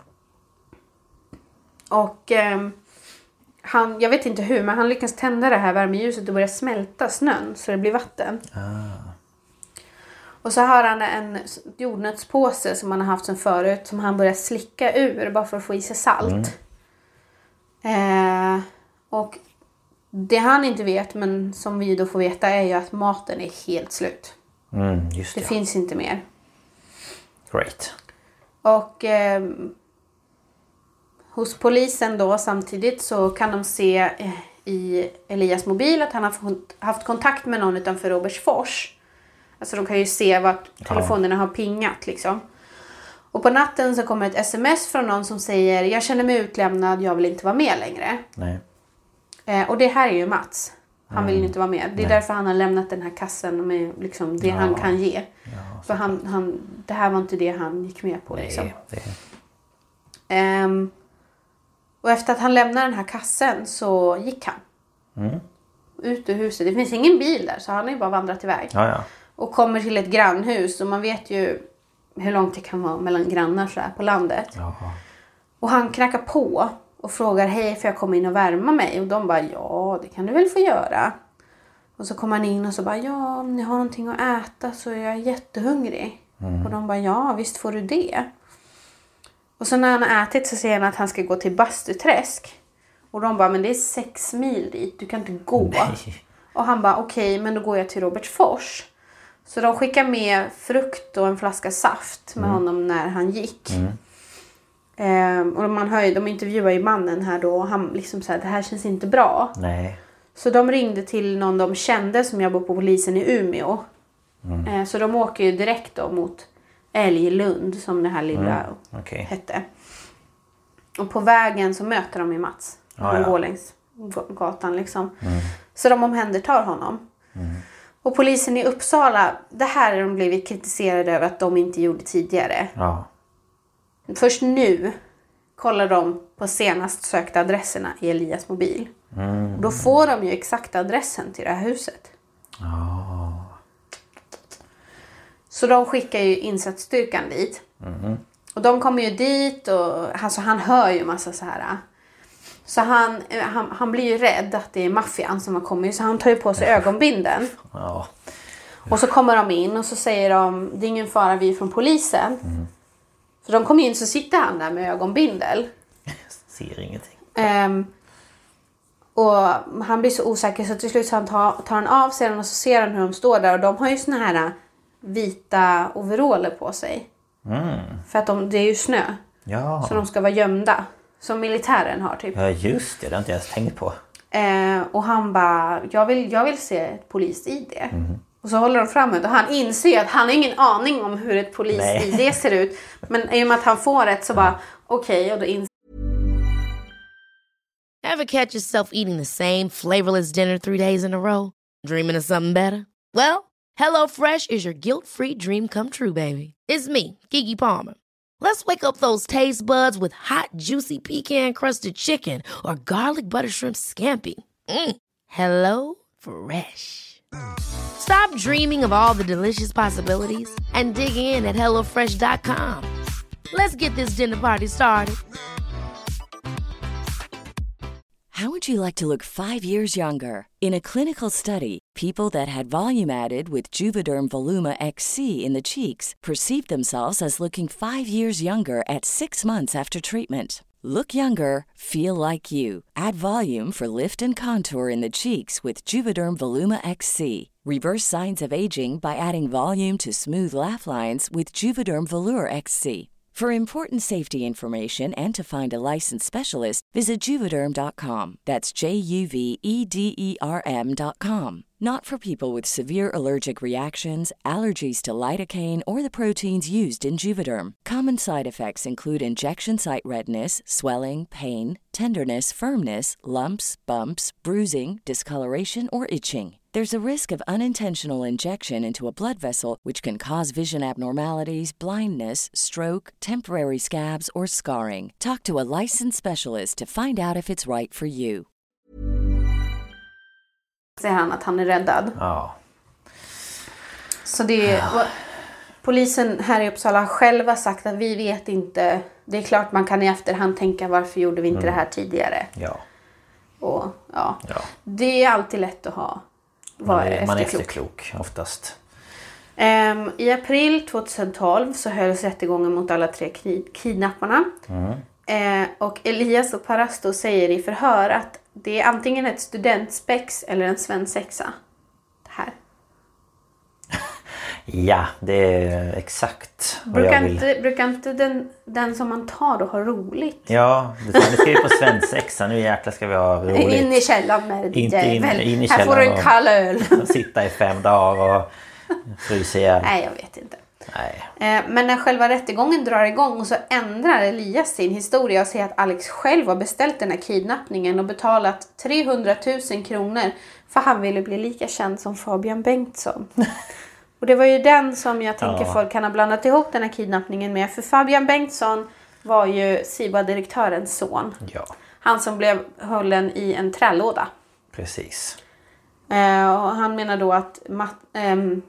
Och eh, han, jag vet inte hur, men han lyckas tända det här värmeljuset och börja smälta snön så det blir vatten. Ah. Och så har han en jordnötspåse som han har haft sedan förut som han börjar slicka ur bara för att få i sig salt. Mm. Eh, och det han inte vet, men som vi då får veta, är ju att maten är helt slut. Mm, just det. Det finns inte mer. Great. Och eh, hos polisen då samtidigt så kan de se eh, i Elias mobil att han har haft kontakt med någon utanför Robertsfors. Alltså de kan ju se vart telefonerna har pingat liksom. Och på natten så kommer ett sms från någon som säger: jag känner mig utlämnad, jag vill inte vara med längre. Nej. Eh, och det här är ju Mats. Han mm. vill ju inte vara med. Det är Nej. därför han har lämnat den här kassen med liksom det ja. han kan ge. Ja, för han, han, det här var inte det han gick med på. Nej, liksom. det... Um, och efter att han lämnade den här kassen så gick han. Mm. Ut ur huset. Det finns ingen bil där så han har ju bara vandrat iväg. Ja, ja. Och kommer till ett grannhus. Och man vet ju hur långt det kan vara mellan grannar så här på landet. Ja. Och han knackar på och frågar: hej, får jag komma in och värma mig? Och de bara: ja, det kan du väl få göra. Och så kommer han in och så bara: ja, om ni har någonting att äta så är jag jättehungrig. Mm. Och de bara: ja, visst får du det. Och så när han har ätit så säger han att han ska gå till Bastuträsk. Och de bara: men det är sex mil dit, du kan inte gå. Nej. Och han bara: okej, okay, men då går jag till Robertsfors. Så de skickar med frukt och en flaska saft med mm. honom när han gick. Mm. Ehm, och man hör ju, de intervjuar ju mannen här då. Och han liksom så här: det här känns inte bra. Nej. Så de ringde till någon de kände som jobbar på polisen i Umeå. Mm. Ehm, så de åker ju direkt då mot Älglund som det här lilla mm. okay. hette. Och på vägen så möter de ju Mats. Ah, han ja. går längs gatan liksom. Mm. Så de omhändertar honom. Mm. Och polisen i Uppsala, det här är de blivit kritiserade över att de inte gjorde tidigare. Ja. Först nu kollar de på senast sökta adresserna i Elias mobil. Mm. Och då får de ju exakta adressen till det här huset. Ja. Så de skickar ju insatsstyrkan dit. Mm. Och de kommer ju dit och alltså, han hör ju massa så här. Så han, han, han blir ju rädd att det är maffian som har kommit. Så han tar ju på sig ögonbinden. Ja. Och så kommer de in och så säger de: det är ingen fara, vi är från polisen. Mm. Så de kommer in så sitter han där med ögonbindel. Ser ingenting. Um, och han blir så osäker så till slut så han tar, tar han av sig den och så ser han hur de står där. Och de har ju såna här vita overaller på sig. Mm. För att de, det är ju snö. Ja. Så de ska vara gömda. Som militären har typ. Ja just det, det har inte jag ens tänkt på. Eh, och han bara: jag vill, jag vill se ett polis-I D. Mm. Och så håller de fram det. Och han inser att han har ingen aning om hur ett polis-I D ser ut. Men i och med att han får ett så bara okej. Okay, och då inser... Ever catch yourself eating the same flavorless dinner three days in a row? Dreaming of something better? Well, HelloFresh is your guilt-free dream come true, baby. It's me, Keke Palmer. Let's wake up those taste buds with hot, juicy pecan-crusted chicken or garlic butter shrimp scampi. Mm. Hello Fresh. Stop dreaming of all the delicious possibilities and dig in at hello fresh dot com. Let's get this dinner party started. How would you like to look five years younger? In a clinical study, people that had volume added with Juvederm Voluma X C in the cheeks perceived themselves as looking five years younger at six months after treatment. Look younger, feel like you. Add volume for lift and contour in the cheeks with Juvederm Voluma X C. Reverse signs of aging by adding volume to smooth laugh lines with Juvederm Volure X C. For important safety information and to find a licensed specialist, visit Juvederm dot com. That's J U V E D E R M dot com. Not for people with severe allergic reactions, allergies to lidocaine, or the proteins used in Juvederm. Common side effects include injection site redness, swelling, pain, tenderness, firmness, lumps, bumps, bruising, discoloration, or itching. There's a risk of unintentional injection into a blood vessel, which can cause vision abnormalities, blindness, stroke, temporary scabs, or scarring. Talk to a licensed specialist to find out if it's right for you. Säger han att han är räddad. Ja. Så det är... Polisen här i Uppsala har själva sagt att vi vet inte. Det är klart man kan i efterhand tänka varför gjorde vi inte mm. det här tidigare. Ja. Och ja. ja. Det är alltid lätt att ha. Vara man är, man är efterklok. efterklok oftast. Um, I april tjugohundratolv så hölls rättegången mot alla tre kidnapparna. Mm. Uh, och Elias och Parasto säger i förhör att det är antingen ett studentspex eller en svensexa. Det här. Ja, det är exakt vad brukar jag vill. Inte, brukar inte den, den som man tar då ha roligt? Ja, det ska vi på svensexa. Nu jäklar ska vi ha roligt. In i källan med Inte in, in i här får du en kall öl. Sitta i fem dagar och frysa ihjäl. Nej, jag vet inte. Nej. Men när själva rättegången drar igång så ändrar Elias sin historia och säger att Alex själv har beställt den här kidnappningen och betalat trehundratusen kronor för han ville bli lika känd som Fabian Bengtsson. Och det var ju den som jag tänker ja. folk kan ha blandat ihop den här kidnappningen med. För Fabian Bengtsson var ju S I B A-direktörens son. Ja. Han som blev hållen i en trälåda. Precis. Eh, och han menar då att Matt, ehm,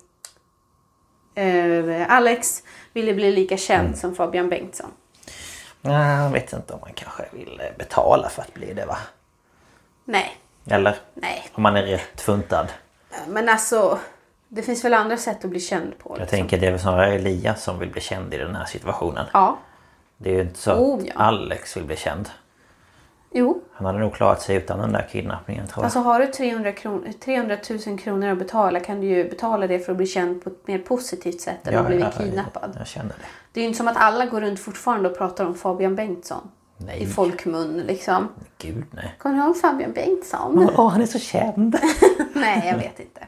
eh, Alex ville bli lika känd mm. som Fabian Bengtsson. Jag vet inte om man kanske vill betala för att bli det, va? Nej. Eller? Nej. Om man är rätt funtad. Men alltså, det finns väl andra sätt att bli känd på. Jag liksom. tänker det är väl snarare Elias som vill bli känd i den här situationen. Ja. Det är ju inte så oh, att ja. Alex vill bli känd. Jo. Han hade nog klarat sig utan den där kidnappningen, tror jag. Alltså har du trehundratusen kronor att betala kan du ju betala det för att bli känd på ett mer positivt sätt än ja, att bli ja, kidnappad. Jag, jag känner det. Det är ju inte som att alla går runt fortfarande och pratar om Fabian Bengtsson. Nej. I folkmun liksom. Gud, nej. Kommer du ihåg Fabian Bengtsson? Åh, oh, han är så känd. Nej, jag vet inte.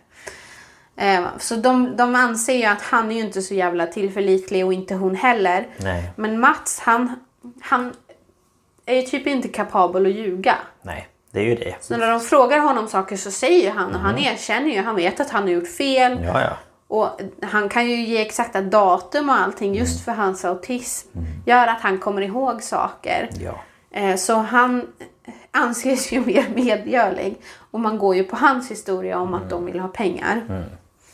Så de, de anser ju att han är ju inte så jävla tillförlitlig och inte hon heller. Nej. Men Mats, han, han är ju typ inte kapabel att ljuga. Nej, det är ju det. Så när de frågar honom saker så säger han, mm. och han erkänner ju, han vet att han har gjort fel. Ja, ja. Och han kan ju ge exakta datum och allting just mm. för hans autism. Mm. Gör att han kommer ihåg saker. Ja. Så han anses ju mer medgörlig. Och man går ju på hans historia om mm. att de vill ha pengar. Mm.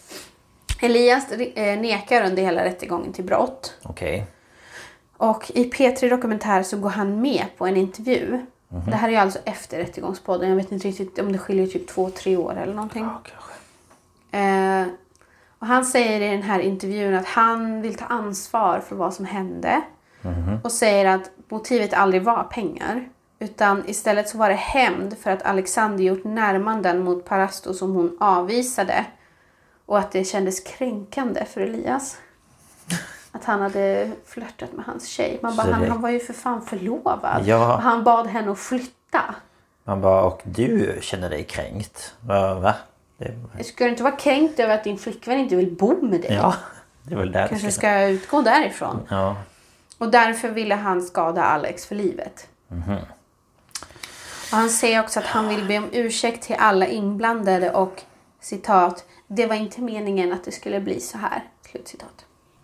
Elias nekar under hela rättegången till brott. Okej. Okay. Och i P tre Dokumentär så går han med på en intervju. Mm-hmm. Det här är ju alltså efter rättegångspodden. Jag vet inte riktigt om det skiljer typ två, tre år eller någonting. Ja, kanske. Eh, och han säger i den här intervjun att han vill ta ansvar för vad som hände. Mm-hmm. Och säger att motivet aldrig var pengar. Utan istället så var det hämnd för att Alexander gjort närmanden mot Parasto som hon avvisade. Och att det kändes kränkande för Elias. Att han hade flörtat med hans tjej. Man bara, det... han, han var ju för fan förlovad. Ja. Och han bad henne att flytta. Man bara, och du känner dig kränkt. Va? Det... Ska du inte vara kränkt över att din flickvän inte vill bo med dig? Ja, det är väl där. Kanske ska jag utgå därifrån. Ja. Och därför ville han skada Alex för livet. Mm-hmm. Och han säger också att han vill be om ursäkt till alla inblandade och citat, det var inte meningen att det skulle bli så här. Slutcitat.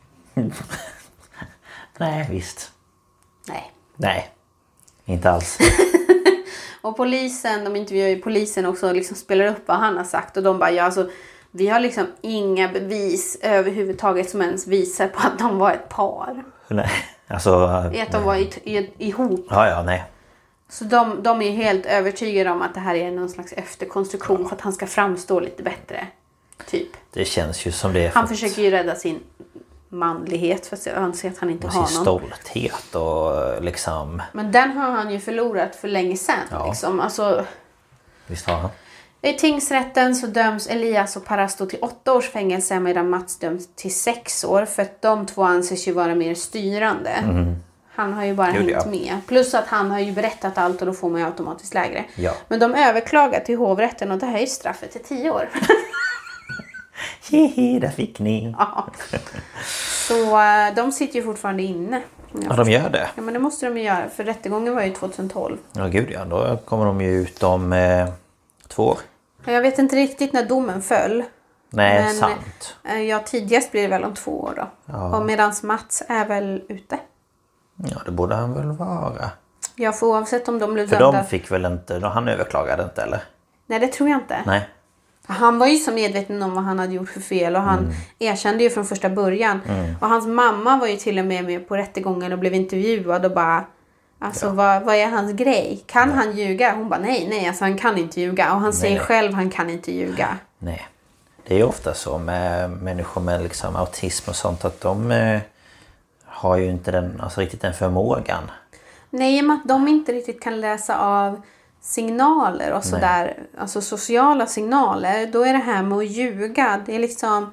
Nej, visst. Nej. Nej, inte alls. Och polisen, de intervjuar ju polisen också och liksom spelar upp vad han har sagt. Och de bara, ja alltså, vi har liksom inga bevis överhuvudtaget som ens visar på att de var ett par. Nej, alltså... Att de var i, i, ihop. Ja, ja, nej. Så de, de är helt övertygade om att det här är någon slags efterkonstruktion ja. För att han ska framstå lite bättre. Typ. Det känns ju som det. Han försöker ju rädda sin manlighet för att anse att han inte har någon. Sin stolthet och liksom... Men den har han ju förlorat för länge sedan. Ja. Liksom. Alltså, visst har han. I tingsrätten så döms Elias och Parasto till åtta års fängelse medan Mats döms till sex år. För att de två anses ju vara mer styrande. Mm. Han har ju bara Gud, hängt ja. med. Plus att han har ju berättat allt och då får man ju automatiskt lägre. Ja. Men de överklagar till hovrätten och det här är straffet till tio år. Hehe, där fick ni. Ja. Så de sitter ju fortfarande inne. Ja, de gör det. Ja, men det måste de ju göra. För rättegången var ju tjugohundratolv. Ja, gud ja. Då kommer de ju ut om eh, två år. Jag vet inte riktigt när domen föll. Nej, men, sant. Ja, tidigast blir det väl om två år då. Ja. Och medans Mats är väl ute. Ja, det borde han väl vara. Ja, för oavsett om de blev för dömda. För de fick väl inte, han överklagade inte eller? Nej, det tror jag inte. Nej. Han var ju så medveten om vad han hade gjort för fel och han mm. erkände ju från första början. Mm. Och hans mamma var ju till och med med på rättegången och blev intervjuad och bara, alltså ja. vad, vad är hans grej? Kan ja. han ljuga? Hon bara nej, nej, alltså han kan inte ljuga. Och han nej. säger själv han kan inte ljuga. Nej, det är ju ofta så med människor med liksom autism och sånt att de eh, har ju inte den, alltså riktigt den förmågan. Nej, men att de inte riktigt kan läsa av signaler och sådär, alltså sociala signaler, då är det här med att ljuga, det är liksom,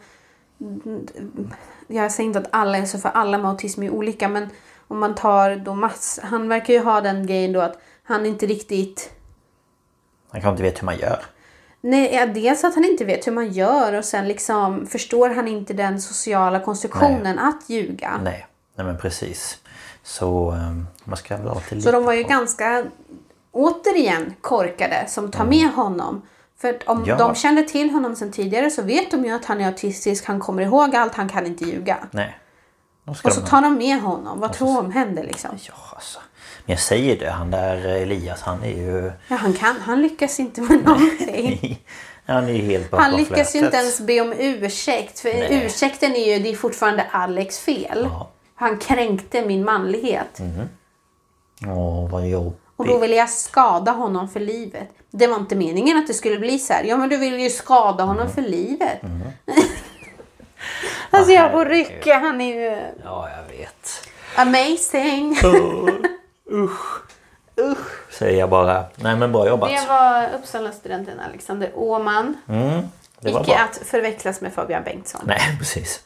jag säger inte att alla är så, för alla med autism är olika, men om man tar då Mats, han verkar ju ha den grejen då att han inte riktigt, han kan inte veta hur man gör. Nej, ja, dels att han inte vet hur man gör och sen liksom förstår han inte den sociala konstruktionen Nej. att ljuga. Nej, nej men precis. Så um, man ska väl alltid lita Så de var ju på. ganska återigen korkade som tar med mm. honom. För att om ja. de kände till honom sedan tidigare så vet de ju att han är autistisk. Han kommer ihåg allt, han kan inte ljuga. Nej. Och så tar de med honom. Vad tror de händer liksom? Ja, alltså. Men jag säger det, han där Elias, han är ju... Ja, han kan. Han lyckas inte med någonting. Han är ju helt bakom Han lyckas flätet. ju inte ens be om ursäkt. För Nej. ursäkten är ju, det är fortfarande Alex fel. Ja. Han kränkte min manlighet. Mm. Åh, vad jobbigt. Och då ville jag skada honom för livet. Det var inte meningen att det skulle bli så här. Ja, men du vill ju skada honom mm. för livet. Mm. Alltså jag får rycka. Han är ju... Ja, jag vet. Amazing. Uh, usch. Usch. Säger jag bara. Nej, men bra jobbat. Det var Uppsala-studenten Alexander Åman. Mm, det var Icke bra. att förväxlas med Fabian Bengtsson. Nej, precis.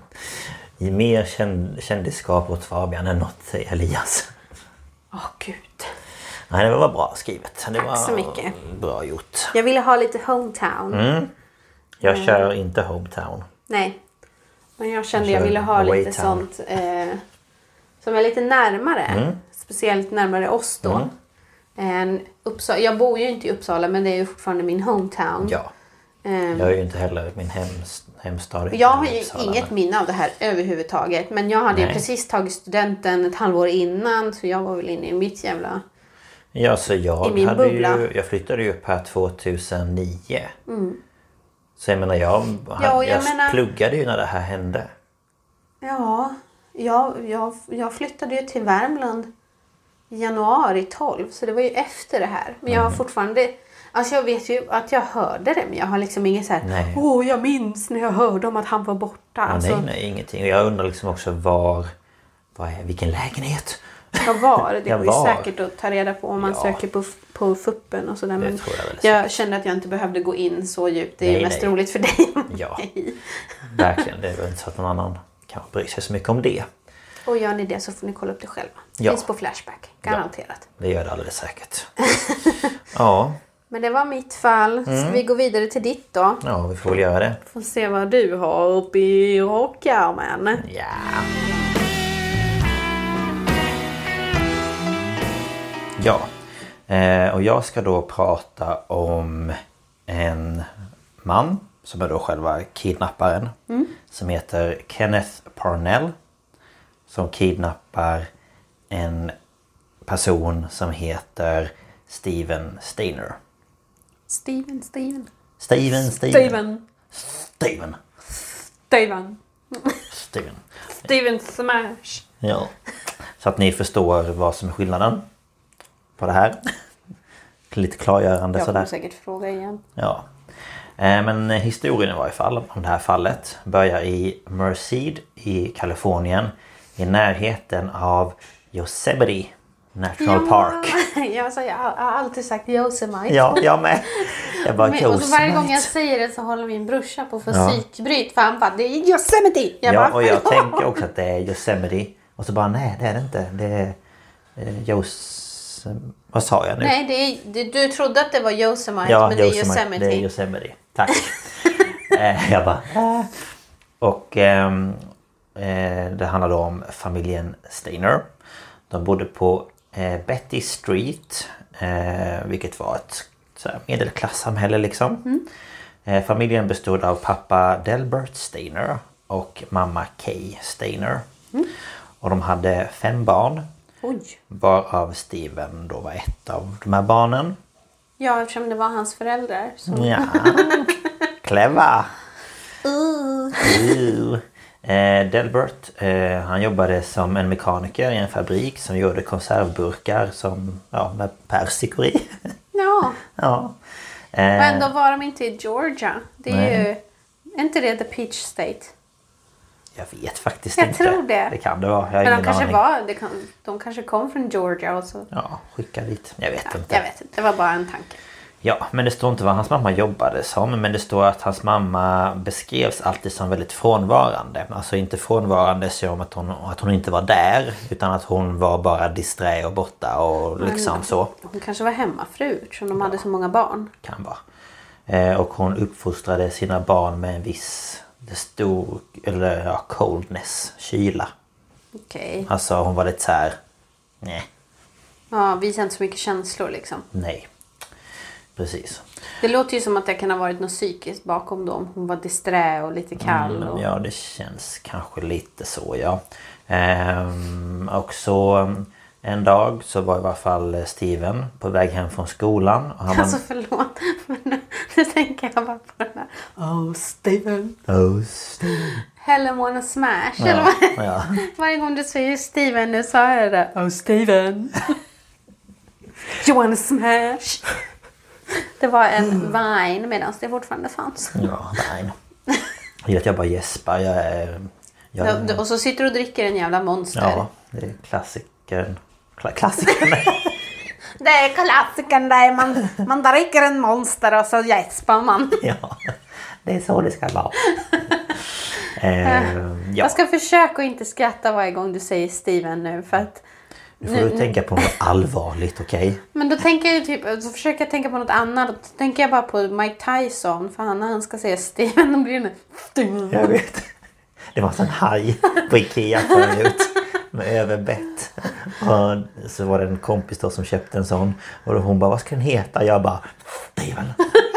I mer känd, kändisskap åt Fabian än något, säger Elias. Åh, oh, gud. Nej, det var bra skrivet. Det Tack var så mycket. Bra gjort. Jag ville ha lite hometown. Mm. Jag mm. kör inte hometown. Nej. Men jag kände jag, jag ville ha lite town. sånt eh, som är lite närmare. Mm. Speciellt närmare oss då. Mm. En Uppsala, jag bor ju inte i Uppsala, men det är ju fortfarande min hometown. Ja. Um, jag är ju inte heller min hem, hemstad. Jag har ju Uppsala, inget men... minne av det här överhuvudtaget. Men jag hade Nej. ju precis tagit studenten ett halvår innan. Så jag var väl inne i mitt jävla... Ja, så jag, I min hade bubbla. ju, jag flyttade ju upp här tvåtusennio. Mm. Så jag menar, jag, hade, ja, jag, jag menar, pluggade ju när det här hände. Ja, jag, jag, jag flyttade ju till Värmland i januari tolv. Så det var ju efter det här. Men jag har fortfarande... Alltså jag vet ju att jag hörde det, men jag har liksom inget så här... Åh, oh, jag minns när jag hörde om att han var borta. Ja, alltså, nej, nej, ingenting. Och jag undrar liksom också var... var är, vilken lägenhet? Jag var. Det jag går ju var. säkert att ta reda på om man ja. söker på, på fuppen och sådär. Men tror jag, jag kände att jag inte behövde gå in så djupt. Det är nej, ju mest nej. roligt för dig. Ja, verkligen. Det är väl inte så att någon annan kan bry sig så mycket om det. Och gör ni det så får ni kolla upp det själva. Ja. Finns på Flashback. Garanterat. Ja, det gör det alldeles säkert. Ja. Men det var mitt fall. Ska mm. vi gå vidare till ditt då? Ja, vi får väl göra det. Får se vad du har uppe i rockärmen. Ja. Ja. Eh, och jag ska då prata om en man som är då själva kidnapparen. Mm. Som heter Kenneth Parnell. Som kidnappar en person som heter Steven Steiner. Steven, Steven. Steven, Steven. Steven. Steven. Steven. Steven. Steven Smash. Ja. Så att ni förstår vad som är skillnaden på det här. Lite klargörande jag sådär. Jag kommer säkert fråga igen. Ja. Men historien i varje fall om det här fallet börjar i Merced i Kalifornien. I närheten av Yosemite National ja, Park. Jag, så jag har alltid sagt Yosemite. Ja, jag med. Jag bara, Men, och så varje gång jag säger det så håller min brorsa på fysikbryt. Ja. För han bara, det är Yosemite. Jag ja, bara, och jag tänker också att det är Yosemite. Och så bara, nej det är det inte. Det är eh, Yos... Vad sa jag nu? Nej, det är, det, du trodde att det var Yosemite, ja, men det Yosemite, är Yosemite. Det är Yosemite. Tack. eh, jag bara, äh. Och ehm, eh, det handlar då om familjen Steiner. De bodde på eh, Betty Street, eh, vilket var ett så här, medelklassamhälle liksom. Mm. Eh, familjen bestod av pappa Delbert Steiner och mamma Kay Steiner. Mm. Och de hade fem barn. Oj. Varav Steven då var ett av de här barnen. Ja, eftersom det var hans föräldrar. Så. Ja, clever. Uh. Uh. Eh, Delbert, eh, han jobbade som en mekaniker i en fabrik som gjorde konservburkar som, ja, med persikor i. Ja. Ja. Eh, Men då var de inte i Georgia. Det är nej. ju... Är inte det The Peach State? Jag vet faktiskt Jag inte. tror det. Det kan det vara. Jag har Men de ingen kanske aning. var... Det kan, de kanske kom från Georgia och så... Ja, skicka dit. Jag vet Ja, inte. jag vet inte. Det var bara en tanke. Ja, men det står inte vad hans mamma jobbade som. Men det står att hans mamma beskrevs alltid som väldigt frånvarande. Alltså inte frånvarande som att hon, att hon inte var där. Utan att hon var bara disträ och borta och liksom Men, så. Hon kanske var hemmafru eftersom de hade så många barn. Kan vara. Eh, och hon uppfostrade sina barn med en viss... Det stod... Eller ja, coldness. Kyla. Okej. Okay. Alltså hon var lite så här... Nej. Ja, visade inte så mycket känslor liksom. Nej. Precis. Det låter ju som att det kan ha varit något psykiskt bakom dem. Hon var disträ och lite kall. Mm, och... ja, det känns kanske lite så, ja. Ehm, och så en dag så var i alla fall Steven på väg hem från skolan. Och han Alltså förlåt. Men nu, nu tänker jag bara på den här. Oh, Steven. Oh, Steven. Helen wanna smash. Ja, Eller vad? ja. Varje gång du säger Steven nu sa jag det. Oh, Steven. You wanna smash. Det var en Vine medan det fortfarande fanns. Ja, nej. Jag vet att jag bara gäspar. Jag är... Jag är... Ja, och så sitter du och dricker en jävla monster. Ja, det är klassikern. Kla- klassikern. Det är klassikern där man, man dricker en monster och så gäspar man. Ja, det är så det ska vara. eh, ja. Jag ska försöka att inte skratta varje gång du säger Steven nu. För att Nu får nu, du tänka på något allvarligt, okej? Okay? Men då tänker jag typ, så försöker jag tänka på något annat. Då tänker jag bara på Mike Tyson. För han när han ska säga Steven, då blir det Steven. Jag vet. Det var en haj på Ikea förut. Med överbett. Och så var det en kompis då som köpte en sån. Och då hon bara, vad ska den heta? Jag bara, Steven.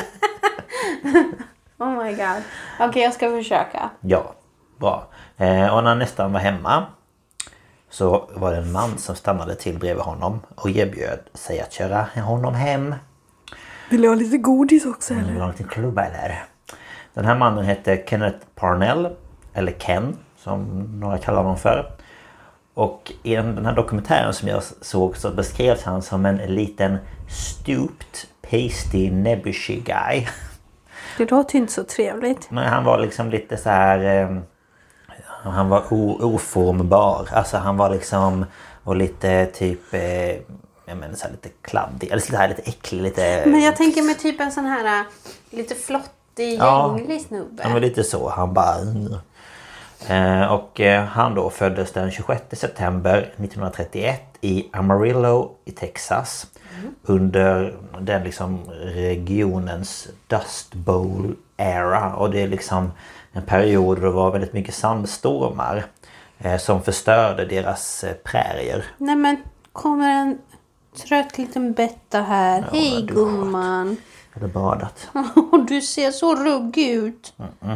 Oh my god. Okej, okay, jag ska försöka. Ja, bra. Eh, och när han nästan var hemma så var det en man som stannade till bredvid honom och erbjöd sig att köra honom hem. Vill du ha lite godis också eller? Vill du ha lite klubba eller? Den här mannen hette Kenneth Parnell, eller Ken som några kallar honom för. Och i den här dokumentären som jag såg så beskrevs han som en liten stooped, pasty, nebbishy guy. Det låter inte så trevligt. Men han var liksom lite så här... Eh, han var o- oformbar. Alltså han var liksom... Och lite typ... Eh, jag menar så här lite kladdig. Eller så här lite äcklig. Lite... Men jag tänker med typ en sån här... Lite flottig, ja, gänglig snubbe. Han var lite så. Han bara... Eh, och eh, han då föddes den tjugosjätte september nittonhundratrettioett i Amarillo i Texas. Mm. Under den liksom regionens Dust Bowl era. Och det är liksom en period då det var väldigt mycket sandstormar eh, som förstörde deras eh, prärier. Nej men, kommer en trött liten betta här. Ja, hej gumman. Jag hade badat. Du ser så ruggig ut. Mm-mm.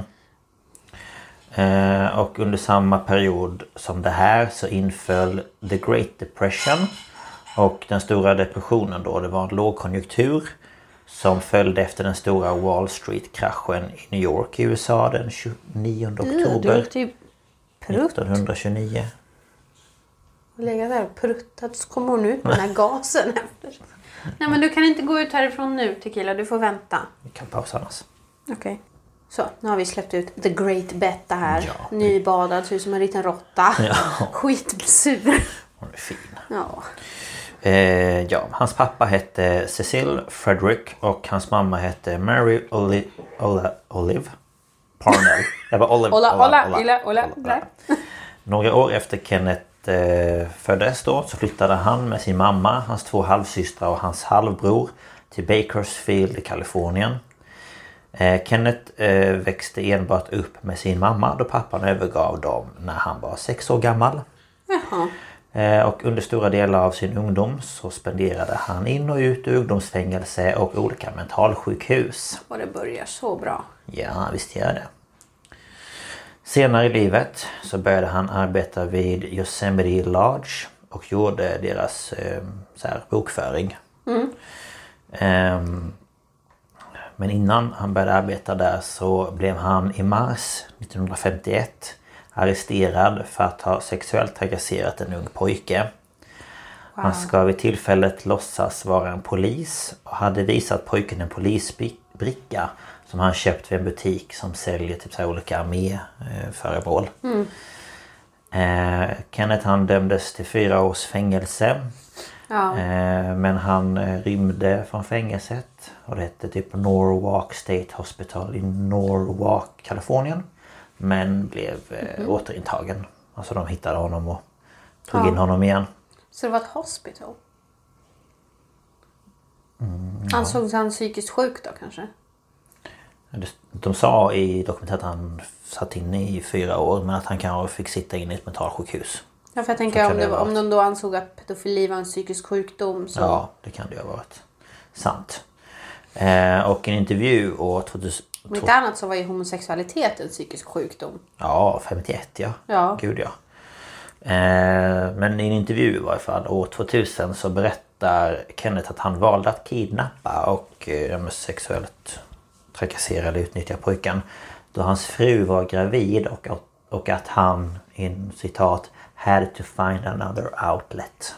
Eh, och under samma period som det här så inföll The Great Depression. Och den stora depressionen då, det var en lågkonjunktur som följde efter den stora Wall Street-kraschen i New York i U S A den tjugonionde oktober typ prutt. nittonhundratjugonio. Och lägga där och pruttat så kommer hon ut med den här gasen efter. Nej men du kan inte gå ut härifrån nu Tequila, du får vänta. Vi kan pausa annars. Okej. Okay. Så, nu har vi släppt ut The Great Betta här. Ja. Nybadad, ser ut som en liten råtta. Ja. Skitsur. Hon är fin. Ja. Eh, ja, hans pappa hette Cecil Frederick och hans mamma hette Mary Oli- Ola- Olive Parnell. Jag var Olive. Ola, Ola, Ola, Ola, Ola. Några år efter Kenneth eh, föddes då så flyttade han med sin mamma, hans två halvsystrar och hans halvbror till Bakersfield i Kalifornien. Eh, Kenneth eh, växte enbart upp med sin mamma då pappan övergav dem när han var sex år gammal. Jaha. Och under stora delar av sin ungdom så spenderade han in och ut ur ungdomsfängelse och olika mentalsjukhus. Och det börjar så bra. Ja, visst gör det. Senare i livet så började han arbeta vid Yosemite Lodge och gjorde deras eh, så här, bokföring. Mm. Um, men innan han började arbeta där så blev han i mars nittonhundrafemtioett arresterad för att ha sexuellt trakasserat en ung pojke. Wow. Han ska vid tillfället låtsas vara en polis och hade visat pojken en polisbricka som han köpt vid en butik som säljer typ så här olika arméföremål. Mm. Eh, Kenneth han dömdes till fyra års fängelse. Ja. Eh, men han eh, rymde från fängelset och det hette typ Norwalk State Hospital i Norwalk, Kalifornien. Men blev eh, mm. återintagen. Alltså de hittade honom och tog ja. in honom igen. Så det var ett hospital? Mm, ja. Ansågs han psykiskt sjuk då kanske? De sa i dokumentet att han satt inne i fyra år men att han kanske fick sitta inne i ett mentalsjukhus. Ja, för jag tänker om, det, om de då ansåg att pedofili var en psykisk sjukdom så... Ja, det kan det ha varit. Sant. Eh, och en intervju år tvåtusen... Om inte annat så var ju homosexualitet en psykisk sjukdom. Ja, femtioett ja. Ja. Gud ja. Eh, men i en intervju i varje fall år tvåtusen så berättar Kenneth att han valde att kidnappa och eh, sexuellt trakassera eller utnyttja pojken då hans fru var gravid och, och att han in citat had to find another outlet.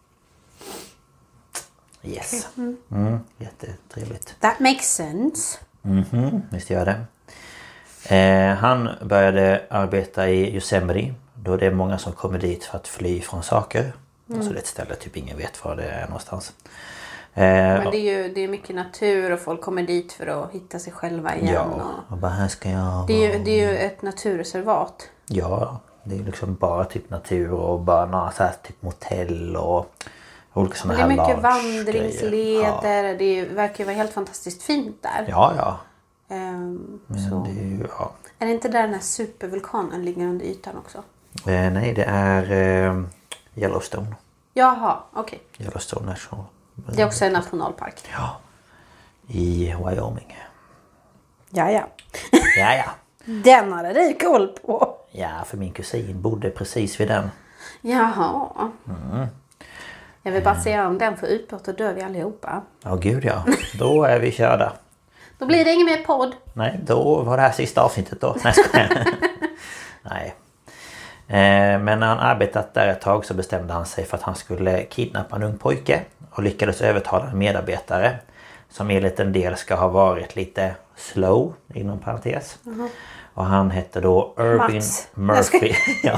Yes. Mm, jättetrevligt. That makes sense. Mhm, visst gör det. Eh, han började arbeta i Yosemite då det är många som kommer dit för att fly från saker. Mm. Alltså det är ett ställe typ ingen vet var det är någonstans. Men det är ju det är mycket natur och folk kommer dit för att hitta sig själva igen. Ja, och och bara här ska jag... Det är, ju, det är ju ett naturreservat. Ja, det är liksom bara typ natur och bara några så här typ motell och olika sådana här. Det är mycket vandringsleder. Ja. Det verkar vara helt fantastiskt fint där. Ja, ja. Um, Men så. det är, ju, ja. Är det inte där den här supervulkanen ligger under ytan också? Eh, nej, det är eh, Yellowstone. Jaha, okej. Okay. Yellowstone National. Det är också en nationalpark. Ja. I Wyoming. Ja, ja. Ja, ja. Den hade du koll på. Ja, för min kusin bodde precis vid den. Jaha. Mm. Jag vill bara se om den får utbrott och dör vi allihopa. Ja, oh, gud ja. Då är vi körda. Då blir det ingen mer podd. Nej, då var det här sista avsnittet då. Nej, ska jag. Nej. Eh, men när han arbetat där ett tag så bestämde han sig för att han skulle kidnappa en ung pojke och lyckades övertala en medarbetare som enligt en del ska ha varit lite slow inom parentes. Uh-huh. Och han hette då Irvin Mats. Murphy. Ja.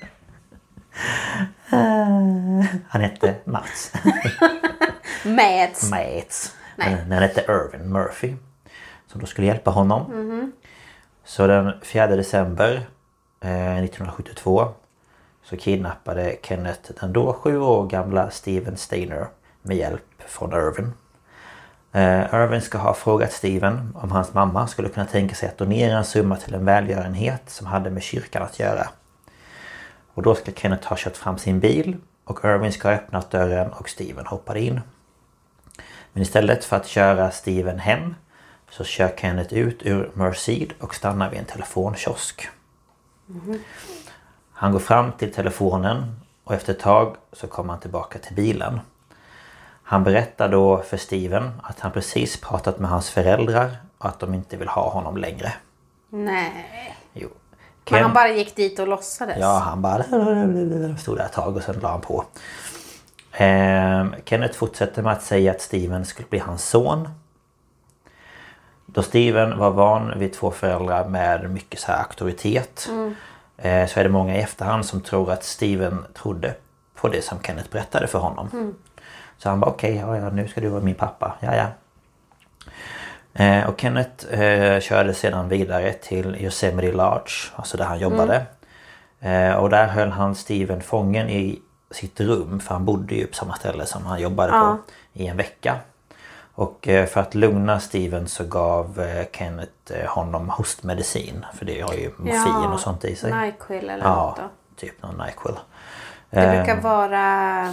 Uh, han hette Mats. Mats. Mats. Men han hette Irvin Murphy. Som då skulle hjälpa honom. Mm-hmm. Så den fjärde december eh, nittonhundrasjuttiotvå så kidnappade Kenneth den då sju år gamla Steven Steiner med hjälp från Irvin. Uh, Irvin ska ha frågat Steven om hans mamma skulle kunna tänka sig att donera en summa till en välgörenhet som hade med kyrkan att göra. Och då ska Kenneth ha kört fram sin bil och Irvin ska ha öppnat dörren och Steven hoppade in. Men istället för att köra Steven hem så kör Kenneth ut ur Merced och stannar vid en telefonkiosk. Mm-hmm. Han går fram till telefonen och efter ett tag så kommer han tillbaka till bilen. Han berättar då för Steven att han precis pratat med hans föräldrar och att de inte vill ha honom längre. Nej. Jo. Ken... Men han bara gick dit och låtsades. Ja, han bara stod där ett tag och sen la han på. Eh, Kenneth fortsätter med att säga att Steven skulle bli hans son. Då Steven var van vid två föräldrar med mycket så här auktoritet mm. eh, så är det många i efterhand som tror att Steven trodde på det som Kenneth berättade för honom. Mm. Så han bara okej, okay, ja, ja, nu ska du vara min pappa. Ja, ja. Eh, och Kenneth eh, körde sedan vidare till Yosemite Lodge, alltså där han jobbade. Mm. Eh, och där höll han Steven fången i sitt rum, för han bodde ju på samma ställe som han jobbade ja. på i en vecka. Och eh, för att lugna Steven så gav eh, Kenneth eh, honom hostmedicin, för det har ju morfin ja, och sånt i sig. NyQuil eller ja, något då. Typ någon NyQuil. Det eh, brukar vara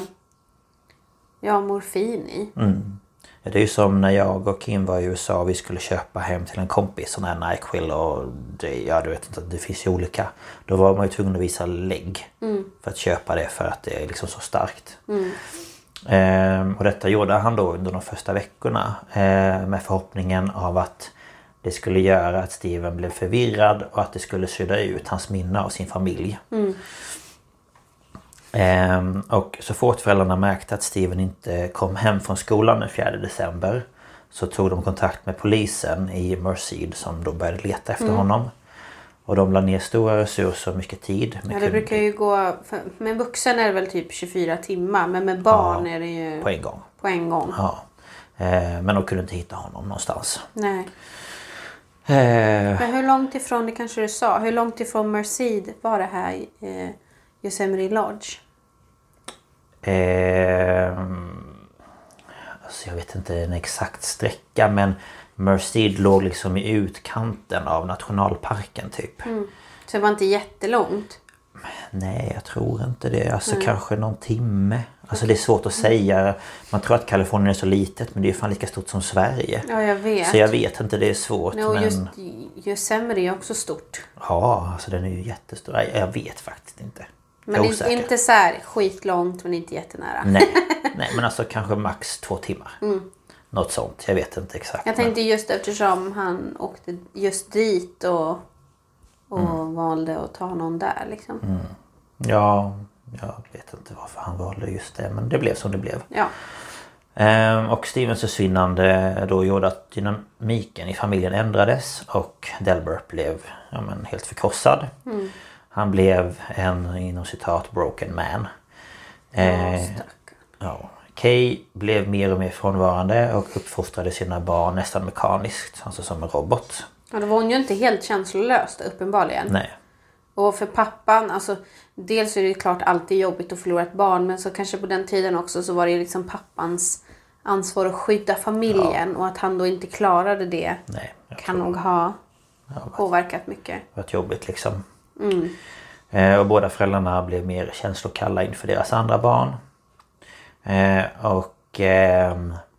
ja, morfin i. Mm. Ja, det är ju som när jag och Kim var i U S A och vi skulle köpa hem till en kompis sån här NyQuil och det, ja, du vet inte, det finns ju olika. Då var man ju tvungen att visa lägg mm. för att köpa det för att det är liksom så starkt. Mm. Eh, och detta gjorde han då under de första veckorna eh, med förhoppningen av att det skulle göra att Steven blev förvirrad och att det skulle sudda ut hans minne av sin familj. Mm. Eh, och så fort föräldrarna märkte att Steven inte kom hem från skolan den fjärde december så tog de kontakt med polisen i Merced som då började leta efter mm. honom. Och de la ner stora resurser och mycket tid. Ja, det brukar ju gå... För, med vuxen är det väl typ tjugofyra timmar. Men med barn ja, är det ju... På en gång. På en gång. Ja. Eh, men de kunde inte hitta honom någonstans. Nej. Eh, men hur långt ifrån, det kanske du sa, hur långt ifrån Merced var det här eh, Yosemite Lodge? Eh, alltså jag vet inte en exakt sträcka, men Merced låg liksom i utkanten av nationalparken typ. Mm. Så det var inte jättelångt? Nej, jag tror inte det. Alltså mm. kanske någon timme. Alltså det är svårt att säga. Man tror att Kalifornien är så litet, men det är ju fan lika stort som Sverige. Ja, jag vet. Så jag vet inte, det är svårt. No, men... just Yosemite är också stort. Ja, alltså den är ju jättestor. Jag vet faktiskt inte. Men det är inte så här skitlångt, men inte jättenära. Nej, Nej men alltså kanske max två timmar. Mm. Något sånt, jag vet inte exakt. Jag tänkte just eftersom han åkte just dit och, och mm. valde att ta någon där liksom. Mm. Ja, jag vet inte varför han valde just det, men det blev som det blev. Ja. Ehm, och Stevens försvinnande då gjorde att dynamiken i familjen ändrades och Delbert blev ja, men, helt förkrossad. Mm. Han blev en inom citat broken man. Ehm, oh, ja. Kay blev mer och mer frånvarande och uppfostrade sina barn nästan mekaniskt, alltså som en robot. Ja, det var hon ju inte helt känslolöst uppenbarligen. Nej. Och för pappan, alltså dels är det klart alltid jobbigt att förlora ett barn, men så kanske på den tiden också så var det liksom pappans ansvar att skydda familjen ja. Och att han då inte klarade det. Nej, kan nog ha ja, påverkat mycket. Det var jobbigt liksom. Mm. Eh, och båda föräldrarna blev mer känslokalla inför deras andra barn. Eh, och eh,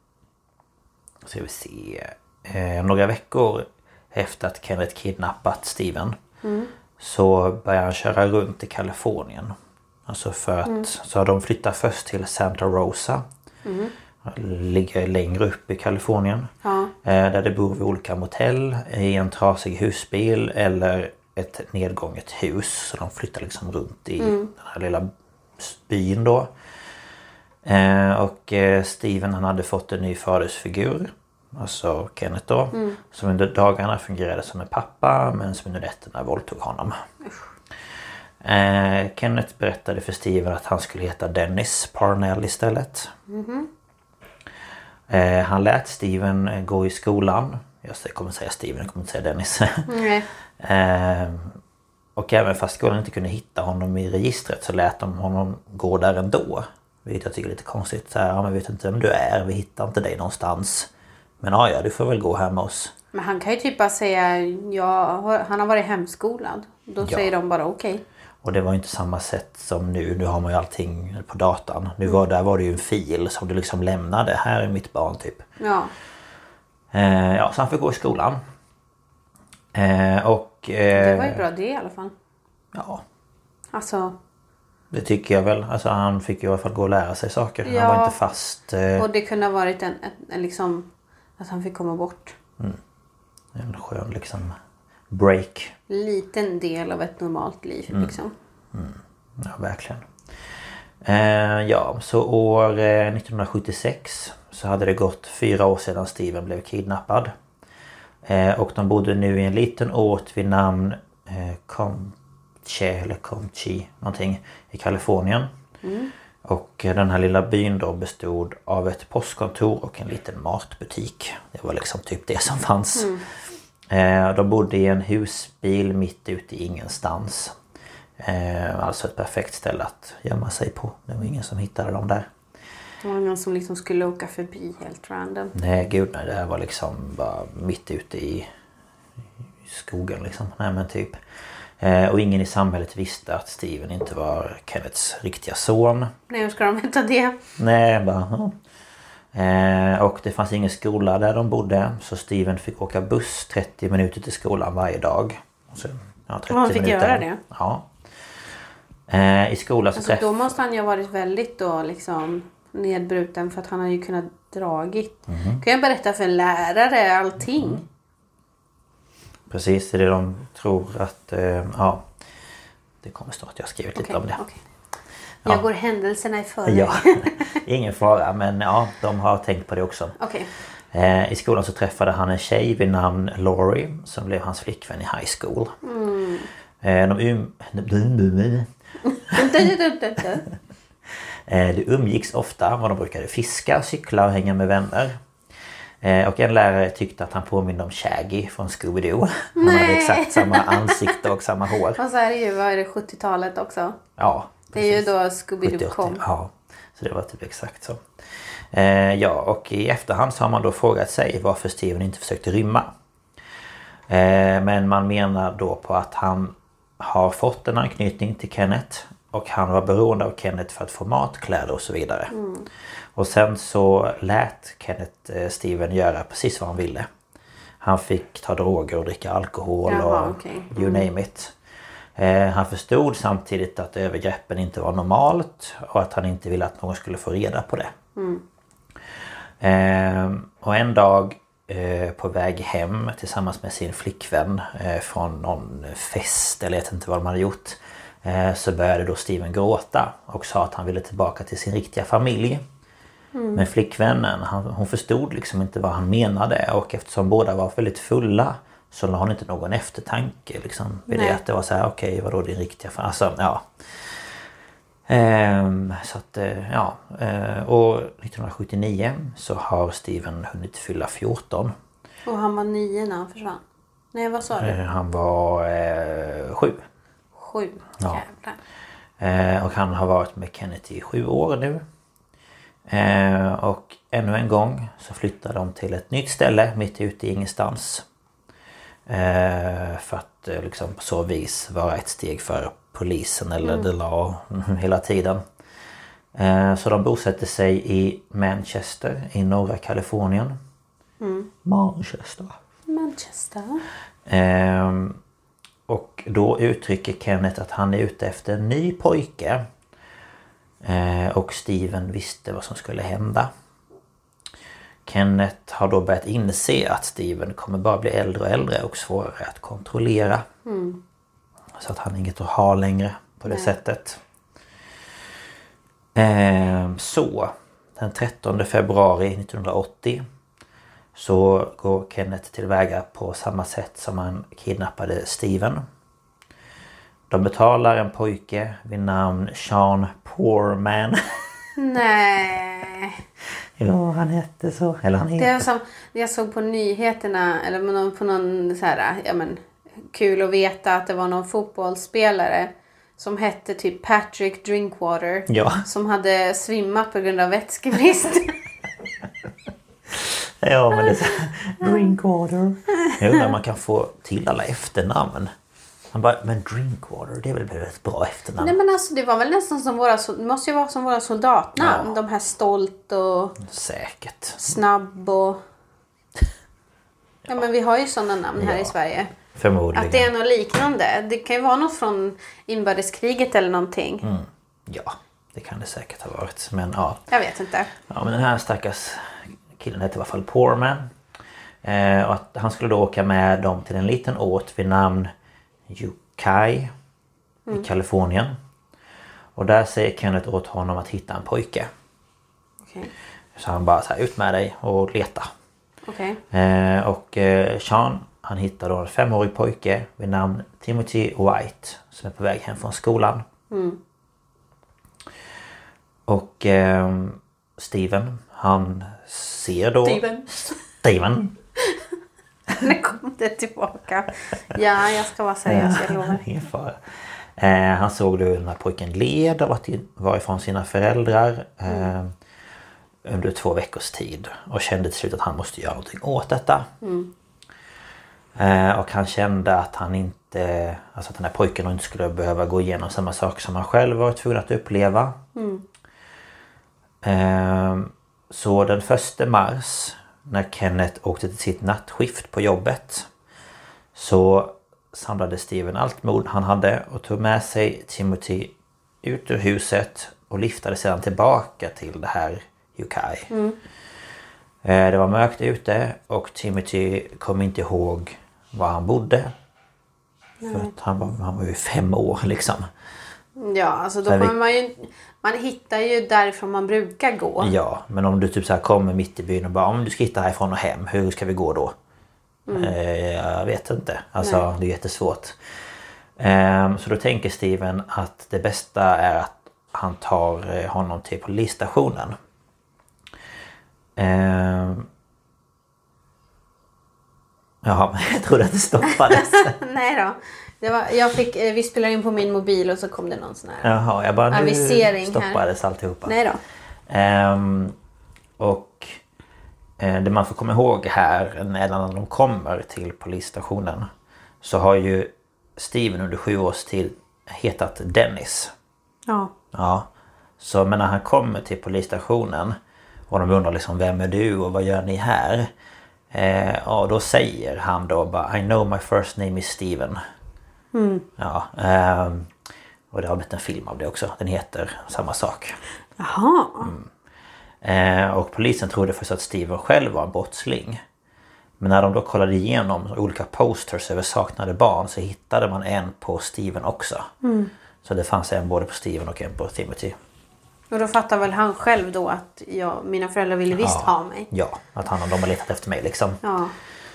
ska vi se eh, några veckor efter att Kenneth kidnappat Steven mm. så började han köra runt i Kalifornien. Alltså för att mm. så har de flyttat först till Santa Rosa. Mm. Ligger längre upp i Kalifornien. Ja. Eh, där det bor vid olika motell i en trasig husbil eller ett nedgånget hus. Så de flyttar liksom runt i mm. den här lilla byn då. Eh, och eh, Steven han hade fått en ny fadersfigur. Alltså Kenneth då. Mm. Som under dagarna fungerade som en pappa men som under nätterna våldtog honom. Eh, Kenneth berättade för Steven att han skulle heta Dennis Parnell istället. Mm-hmm. Eh, han lät Steven gå i skolan. Jag kommer säga Steven, jag kommer inte säga Dennis. Mm. eh, och även fast skolan inte kunde hitta honom i registret så lät de honom gå där ändå. Vilket jag tycker är lite konstigt. Så här, ja, men vet inte vem du är, vi hittar inte dig någonstans. Men ja, ja, du får väl gå hem med oss. Men han kan ju typ bara säga, ja, han har varit hemskolad. Då ja. Säger de bara okej. Okay. Och det var inte samma sätt som nu. Nu har man ju allting på datan. Nu var, där var det ju en fil som du liksom lämnade. Här är mitt barn typ. Ja. Eh, ja, så han fick gå i skolan. Eh, och... Eh, det var ju bra det i alla fall. Ja. Alltså... Det tycker jag väl. Alltså han fick ju i alla fall gå och lära sig saker. Ja. Han var inte fast... Eh... Och det kunde ha varit en, en, en liksom... Att han fick komma bort. Mm. En skön liksom... break. Liten del av ett normalt liv mm. liksom. Mm. Ja, verkligen. Eh, ja, så år eh, nittonhundrasjuttiosex så hade det gått fyra år sedan Steven blev kidnappad. Eh, och de bodde nu i en liten ort vid namn eh, Comche eller Comchi någonting i Kalifornien. Mm. Och eh, den här lilla byn då bestod av ett postkontor och en liten matbutik. Det var liksom typ det som fanns. Mm. Eh, de bodde i en husbil mitt ute i ingenstans. Eh, alltså ett perfekt ställe att gömma sig på. Det var ingen som hittade dem där. Det var ingen som liksom skulle åka förbi helt random. Nej, gud nej. Det här var liksom bara mitt ute i, i skogen liksom. Nej men typ. Eh, och ingen i samhället visste att Steven inte var Kenneths riktiga son. Nej, hur ska de veta det? Nej, bara... Ja. Eh, och det fanns ingen skola där de bodde. Så Steven fick åka buss trettio minuter till skolan varje dag. Så, ja, trettio och han fick minuter. göra det? Ja. Eh, I skolan så alltså, träff... då måste han ju ha varit väldigt då liksom nedbruten för att han har ju kunnat dragit. Mm. Kan jag berätta för en lärare allting? Mm. Precis, det är det de tror att... Eh, ja, det kommer snart. Jag har skrivit okay, lite om det. Okay. Jag ja. går händelserna i förväg. Ja, ingen fara. Men ja, de har tänkt på det också. Okay. Eh, I skolan så träffade han en tjej vid namn Laurie som blev hans flickvän i high school. Mm. Eh, de, um... de umgicks ofta och de brukade fiska, cykla och hänga med vänner. Eh, och en lärare tyckte att han påminner om Shaggy från Scooby-Doo. Han Nej. hade exakt samma ansikte och samma hår. Och så är det ju, vad är det, sjuttiotalet också? Ja. Det är precis. Ju då Scooby-Doo kom. Ja, så det var typ exakt så. Eh, ja, och i efterhand så har man då frågat sig varför Steven inte försökte rymma. Eh, men man menar då på att han har fått en anknytning till Kenneth. Och han var beroende av Kenneth för att få mat, kläder och så vidare. Mm. Och sen så lät Kenneth eh, Steven göra precis vad han ville. Han fick ta droger och dricka alkohol. Jaha, och okay. mm. you name it. Eh, han förstod samtidigt att övergreppen inte var normalt. Och att han inte ville att någon skulle få reda på det. Mm. Eh, och en dag eh, på väg hem tillsammans med sin flickvän eh, från någon fest eller jag vet inte vad de hade gjort. Så började då Steven gråta och sa att han ville tillbaka till sin riktiga familj. Mm. Men flickvännen, han, hon förstod liksom inte vad han menade. Och eftersom båda var väldigt fulla så la hon inte någon eftertanke liksom, vid det. Att det var så här, okej, okay, vadå din riktiga familj? Alltså, ja. Ehm, så att, ja. Och nittonhundrasjuttionio så har Steven hunnit fylla fjorton. Och han var nio när han försvann? Nej, vad sa du? Han var eh, sju. Sju, ja. Eh, och han har varit med Kenneth i sju år nu. Eh, och ännu en gång så flyttar de till ett nytt ställe mitt ute i ingenstans. Eh, för att eh, liksom på så vis vara ett steg för polisen eller mm. the law hela tiden. Eh, så de bosätter sig i Manchester i norra Kalifornien. Mm. Manchester. Manchester. Eh, Och då uttrycker Kenneth att han är ute efter en ny pojke. Eh, och Steven visste vad som skulle hända. Kenneth har då börjat inse att Steven kommer bara bli äldre och äldre och svårare att kontrollera. Mm. Så att han är inget att ha längre på det Nej. sättet. Eh, så, den trettonde februari nittonhundraåttio så går Kenneth tillväga på samma sätt som han kidnappade Steven. De betalar en pojke vid namn Sean Poorman. Nej. Ja, han hette så. Eller han heter. Det är som jag såg på nyheterna eller på någon så här, ja men kul att veta att det var någon fotbollsspelare som hette typ Patrick Drinkwater. Ja. Som hade svimmat på grund av vätskebrist. Ja, men det är så Drinkwater. Jag undrar om man kan få till alla efternamn. Han bara, men Drinkwater, det är väl ett bra efternamn. Nej, men alltså det var väl nästan som våra, det måste ju vara som våra soldatnamn. Ja. De här stolt och säkert. Snabb och... Ja, ja men vi har ju sådana namn här ja. i Sverige. Förmodligen. Att det är något liknande. Det kan ju vara något från inbördeskriget eller någonting. Mm. Ja, det kan det säkert ha varit. Men ja. Jag vet inte. Ja, men den här stackars killen heter i alla fall Poorman. Eh, och att han skulle då åka med dem till en liten ort vid namn Yucay mm. i Kalifornien. Och där säger Kenneth åt honom att hitta en pojke. Okay. Så han bara så här, ut med dig och leta. Okay. Eh, och eh, Sean, han hittar då en femårig pojke vid namn Timothy White som är på väg hem från skolan. Mm. Och eh, Steven, han ser då... Steven. Steven. Nu kom det tillbaka. Ja, jag ska vara seriös, jag lovar. Ingen fara. Eh, han såg då den här pojken led och var ifrån sina föräldrar eh, mm. under två veckors tid. Och kände till slut att han måste göra någonting åt detta. Mm. Eh, och han kände att han inte, alltså att den här pojken inte skulle behöva gå igenom samma sak som han själv var tvungen att uppleva. Mm. Eh, så den första mars när Kenneth åkte till sitt nattskift på jobbet så samlade Steven allt mod han hade och tog med sig Timothy ut ur huset och liftade sedan tillbaka till det här Yukai. Mm. Eh, det var mörkt ute och Timothy kom inte ihåg var han bodde. Nej. För att han var, han var ju fem år liksom. Ja, alltså då kommer vi... man ju... Man hittar ju därifrån man brukar gå. Ja, men om du typ så här kommer mitt i byn och bara om du ska hitta härifrån och hem, hur ska vi gå då? Mm. Eh, jag vet inte. Alltså Nej. Det är jättesvårt. Eh, så då tänker Steven att det bästa är att han tar honom till polisstationen. Eh, jaha, jag trodde att det stoppades. Nej då. Det var, jag fick, vi spelade in på min mobil och så kom det någon sån här Jaha, jag bara, nu avisering stoppades här. Alltihopa. Nej då. Um, och uh, det man får komma ihåg här när de kommer till polisstationen så har ju Steven under sju års tid hetat Dennis. Ja. Ja. Så men när han kommer till polisstationen och de undrar liksom vem är du och vad gör ni här? Eh, ja, då säger han då bara I know my first name is Steven. Mm. Ja, um, och det har blivit en film av det också. Den heter samma sak. Jaha. Mm. Eh, och polisen trodde först att Steven själv var en brottsling. Men när de då kollade igenom olika posters över saknade barn så hittade man en på Steven också. Mm. Så det fanns en både på Steven och en på Timothy. Och då fattar väl han själv då att jag, mina föräldrar ville visst ja. ha mig. Ja, att han och de har letat efter mig liksom. Ja.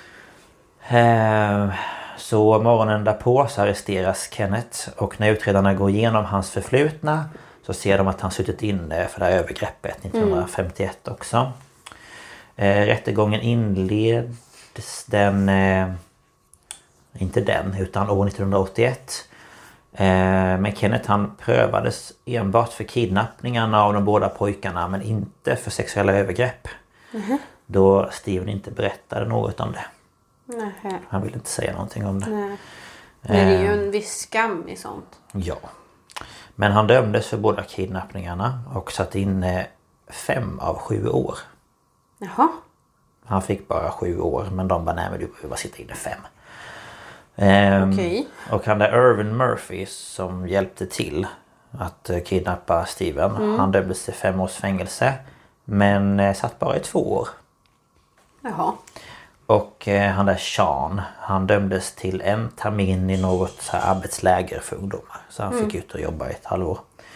Eh, Så morgonen därpå så arresteras Kenneth och när utredarna går igenom hans förflutna så ser de att han suttit inne för det här övergreppet nittonhundrafemtioett mm. också. Eh, rättegången inleds den, eh, inte den utan år nittonhundraåttioett. Eh, men Kenneth han prövades enbart för kidnappningarna av de båda pojkarna men inte för sexuella övergrepp. Mm. Då Steven inte berättade något om det. Nej. Han vill inte säga någonting om det. Nej. Men det är ju en viss skam i sånt. Ja. Men han dömdes för båda kidnappningarna och satt inne fem av sju år. Jaha. Han fick bara sju år men de bara nej men du behöver bara sitta inne fem. Ehm, Okej. Och han där Irvin Murphy som hjälpte till att kidnappa Steven. Mm. Han dömdes till fem års fängelse men satt bara i två år. Jaha. Och eh, han där Sean, han dömdes till en termin i något så här arbetsläger för ungdomar. Så han mm. fick ut och jobba i ett halvår.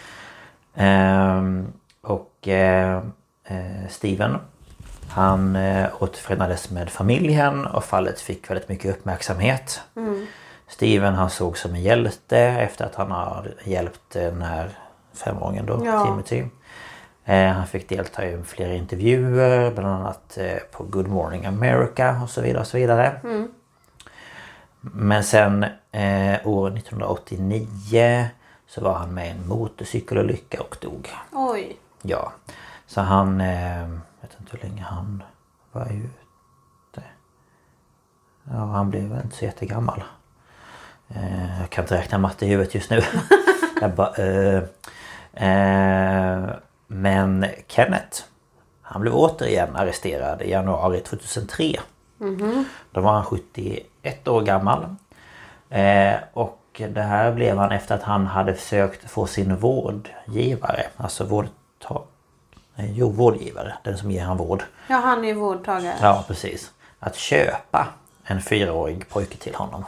Ehm, och eh, Steven, han eh, återförenades med familjen och fallet fick väldigt mycket uppmärksamhet. Mm. Steven han såg som en hjälte efter att han har hjälpt den här femåringen då, ja. Timothy. Eh, han fick delta i flera intervjuer, bland annat eh, på Good Morning America och så vidare och så vidare. Mm. Men sen eh, år nittonhundraåttionio så var han med i en motorcykelolycka och dog. Oj. Ja, så han, eh, vet inte hur länge han var ute. Ja, han blev väl inte så jättegammal. Eh, jag kan inte räkna matte i huvudet just nu. jag bara, eh, eh, Men Kenneth, han blev återigen arresterad i januari tjugohundratre. Mm-hmm. Då var han sjuttioett år gammal. Eh, och det här blev han efter att han hade försökt få sin vårdgivare, alltså vårdtag, nej, jo, vårdgivare, den som ger han vård. Ja, han är ju vårdtagare. Ja, precis. Att köpa en fyraårig pojke till honom.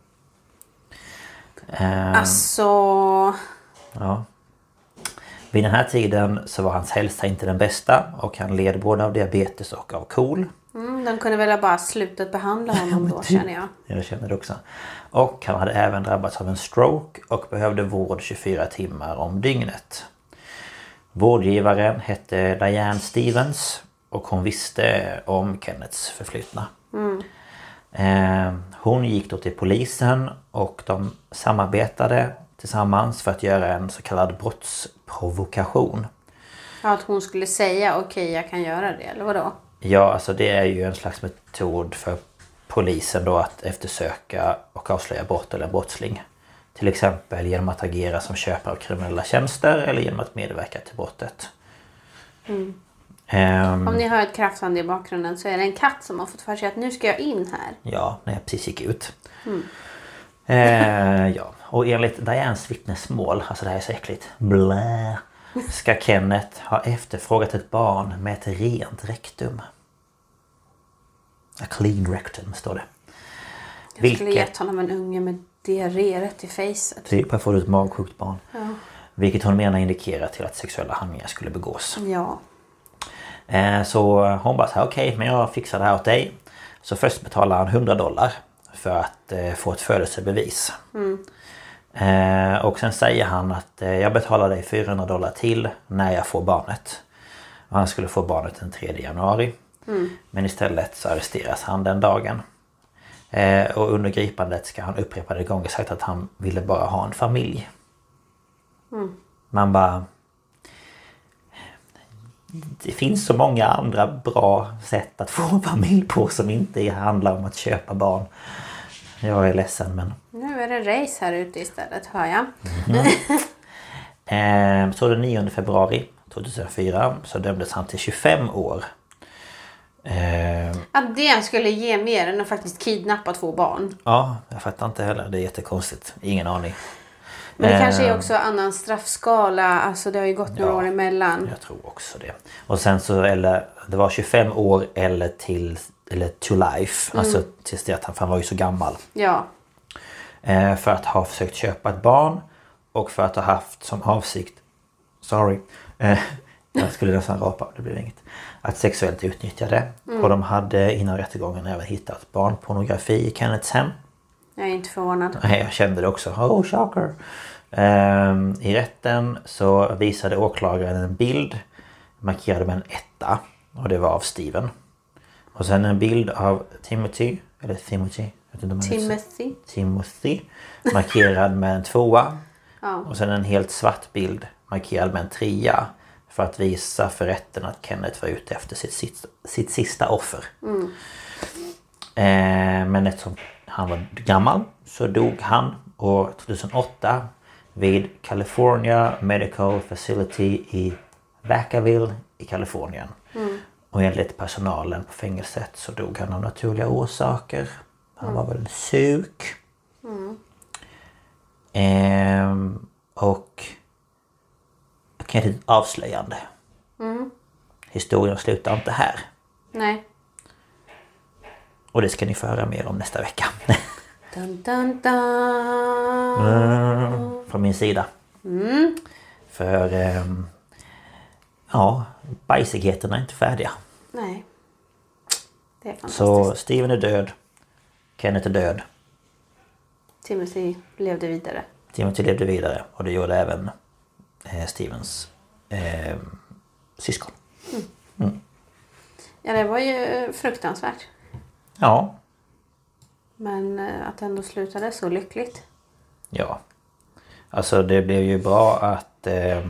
Eh, alltså... Ja. Vid den här tiden så var hans hälsa inte den bästa och han led både av diabetes och av KOL. Mm, de kunde väl bara slutat behandla honom då, känner jag. Jag känner det också. Och han hade även drabbats av en stroke och behövde vård tjugofyra timmar om dygnet. Vårdgivaren hette Diane Stevens och hon visste om Kenneths förflyttna. Mm. Eh, hon gick då till polisen och de samarbetade tillsammans för att göra en så kallad brottsprovokation. Ja, att hon skulle säga okej, okay, jag kan göra det, eller vadå? Ja, alltså det är ju en slags metod för polisen då att eftersöka och avslöja brott eller brottsling. Till exempel genom att agera som köpare av kriminella tjänster eller genom att medverka till brottet. Mm. Um, Om ni hör ett krafsande i bakgrunden så är det en katt som har fått för sig att nu ska jag in här. Ja, när jag precis gick ut. Mm. Uh, ja, och enligt Dianes vittnesmål, alltså det här är så äckligt. Blä. ska Kenneth ha efterfrågat ett barn med ett rent rektum. A clean rectum står det. Jag Vilket... skulle gett honom en unge med diarré rätt i facet. Typ att få ett magsjukt barn. Ja. Vilket hon menar indikerar till att sexuella handlingar skulle begås. Ja. Eh, så hon bara så här, okej, okay, men jag fixar det här åt dig. Så först betalar han hundra dollar för att eh, få ett födelsebevis. Mm. Eh, och sen säger han att eh, jag betalar dig fyrahundra dollar till när jag får barnet. Och han skulle få barnet den tredje januari. Mm. Men istället så arresteras han den dagen. Eh, och under gripandet ska han upprepade gånger sagt att han ville bara ha en familj. Mm. Man bara... Det finns så många andra bra sätt att få en familj på som inte handlar om att köpa barn. Jag är ledsen, men... Nu är det race här ute istället, hör jag. Mm. eh, så den nionde februari tjugohundrafyra så dömdes han till tjugofem år. Eh, att det skulle ge mer än att faktiskt kidnappa två barn. Ja, jag fattar inte heller. Det är jättekonstigt. Ingen aning. Men det kanske är också annan straffskala. Alltså det har ju gått några ja, år emellan. Jag tror också det. Och sen så, eller det var tjugofem år eller till eller to life. Mm. Alltså tills det att han, han var ju så gammal. Ja. Eh, för att ha försökt köpa ett barn. Och för att ha haft som avsikt. Sorry. Eh, jag skulle nästan rapa, det blev inget. Att sexuellt utnyttja det. Mm. Och de hade innan rättegången även hittat barnpornografi i Kenneths hem. Jag är inte förvånad. Nej, jag kände det också. Oh, shocker. Ehm, I rätten så visade åklagaren en bild markerad med en etta. Och det var av Steven. Och sen en bild av Timothy. Eller Timothy. Jag vet inte om Timothy. Timothy. Markerad med en tvåa. Ja. Och sen en helt svart bild markerad med en trea. För att visa för rätten att Kenneth var ute efter sitt, sitt, sitt sista offer. Mm. Ehm, men eftersom han var gammal så dog han år tjugohundraåtta vid California Medical Facility i Vacaville i Kalifornien. Mm. Och enligt personalen på fängelset så dog han av naturliga orsaker. Han var väl sjuk. Mm. Ehm, och kanske avslöjande. Mm. Historien slutar inte här. Nej. Och det ska ni få höra mer om nästa vecka. Dun, dun, dun. Mm, från min sida. Mm. För um, ja, bajsigheterna är inte färdiga. Nej. Det är fantastiskt. Så Steven är död. Kenneth är död. Timothy levde vidare. Timothy levde vidare. Och det gjorde även eh, Stevens eh, syskon. Mm. Mm. Ja, det var ju fruktansvärt. Ja. Men att ändå slutade så lyckligt. Ja. Alltså det blev ju bra att... Eh,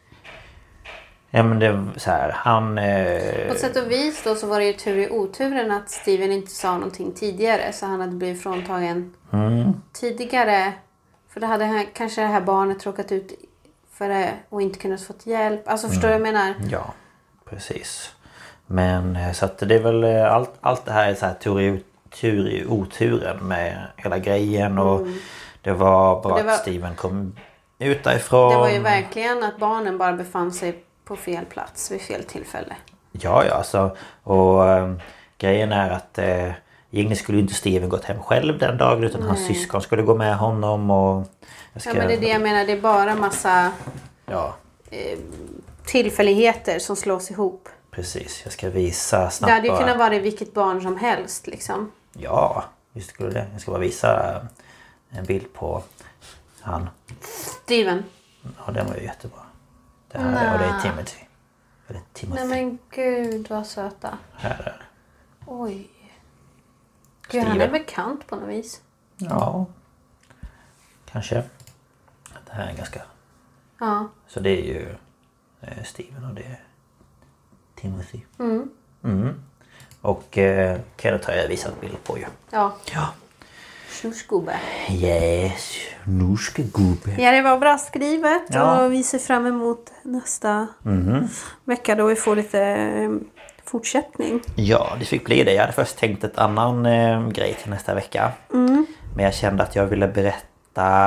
ja men det så här, han... Eh, På ett sätt och vis då så var det ju tur i oturen att Steven inte sa någonting tidigare. Så han hade blivit fråntagen mm. tidigare. För då hade han, kanske det här barnet råkat ut för det och inte kunnat fått hjälp. Alltså förstår mm. du vad jag menar? Ja, precis. Men så att det är väl allt, allt det här är så här tur i, tur i oturen med hela grejen. Och mm. det var bra det var, att Steven kom ut därifrån. Det var ju verkligen att barnen bara befann sig på fel plats vid fel tillfälle. Ja, ja. Alltså, och ähm, grejen är att äh, egentligen skulle ju inte Steven gått hem själv den dagen. Utan Nej. hans syskon skulle gå med honom. Och jag ska, ja, men det är det jag menar. Det är bara massa ja. eh, tillfälligheter som slås ihop. Precis, jag ska visa snabbt. Det hade ju bara. kunnat vara vilket barn som helst liksom. Ja, just skulle det. Jag ska bara visa en bild på han. Steven. Ja, den var ju jättebra. Det här är, och det är Timothy. Eller Timothy. Nej men gud vad söta. Här är. Oj. Gud, han är bekant på något vis. Ja. Kanske. Det här är ganska... Ja. Så det är ju eh, Steven och det är Timothy. Mm. Mm. Och eh, Kenneth har jag visat bild på ju. Ja. Ja. Snuskgubbe. Yes, snuskgubbe. Ja, det var bra skrivet. Ja. Och vi ser fram emot nästa mm. vecka då vi får lite eh, fortsättning. Ja, det fick bli det. Jag hade först tänkt ett annan eh, grej till nästa vecka. Mm. Men jag kände att jag ville berätta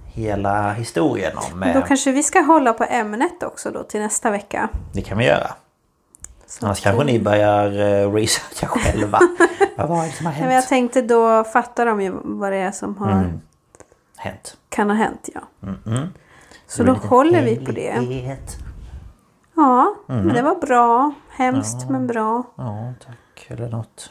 hela historien om... Då kanske vi ska hålla på ämnet också då till nästa vecka. Det kan vi göra. Så annars kanske ni börjar researcha själva. Vad var det som har hänt? Men jag tänkte då fattar de ju vad det är som har mm. hänt. Kan ha hänt, ja. Mm-mm. Så då håller vi på det. Ja, mm. men det var bra. Hemskt ja. men bra. Ja, tack. Eller något.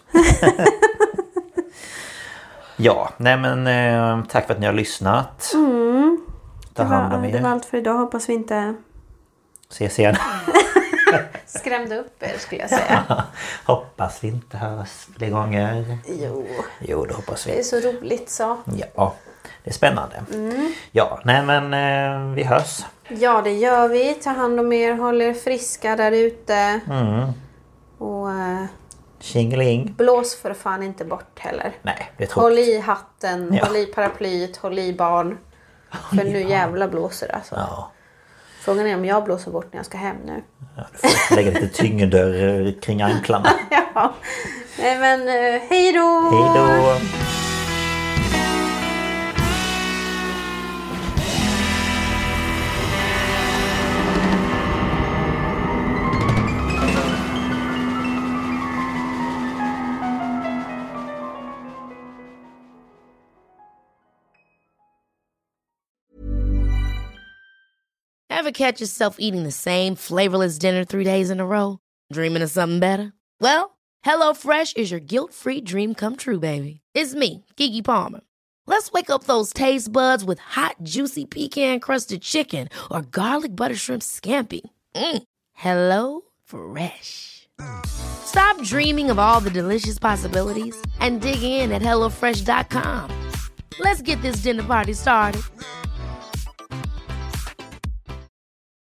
Ja, nej men eh, tack för att ni har lyssnat. Mm. Ta det, var, hand om er. det var allt för idag. Hoppas vi inte ses igen. skrämde upp er skulle jag säga. Hoppas vi inte hörs fler gånger. Jo. Jo, det hoppas vi. Det är så roligt så. Ja, det är spännande. Mm. Ja, nej men eh, vi hörs. Ja, det gör vi. Ta hand om er. Håll er friska där ute. Mm. Och... Eh, Tjingeling. Blås för fan inte bort heller. Nej, det är tråkigt. Håll i hatten, ja. håll i paraplyet, håll i barn. För nu jävla blåser det alltså. Ja. Frågan är om jag blåser bort när jag ska hem nu. Ja, du får lägga lite tyngder kring anklarna. Ja. Nej men, uh, hej då! Hej då! Ever catch yourself eating the same flavorless dinner three days in a row? Dreaming of something better? Well, HelloFresh is your guilt-free dream come true, baby. It's me, Keke Palmer. Let's wake up those taste buds with hot, juicy pecan-crusted chicken or garlic butter shrimp scampi. Mm. Hello Fresh. Stop dreaming of all the delicious possibilities and dig in at hello fresh dot com. Let's get this dinner party started.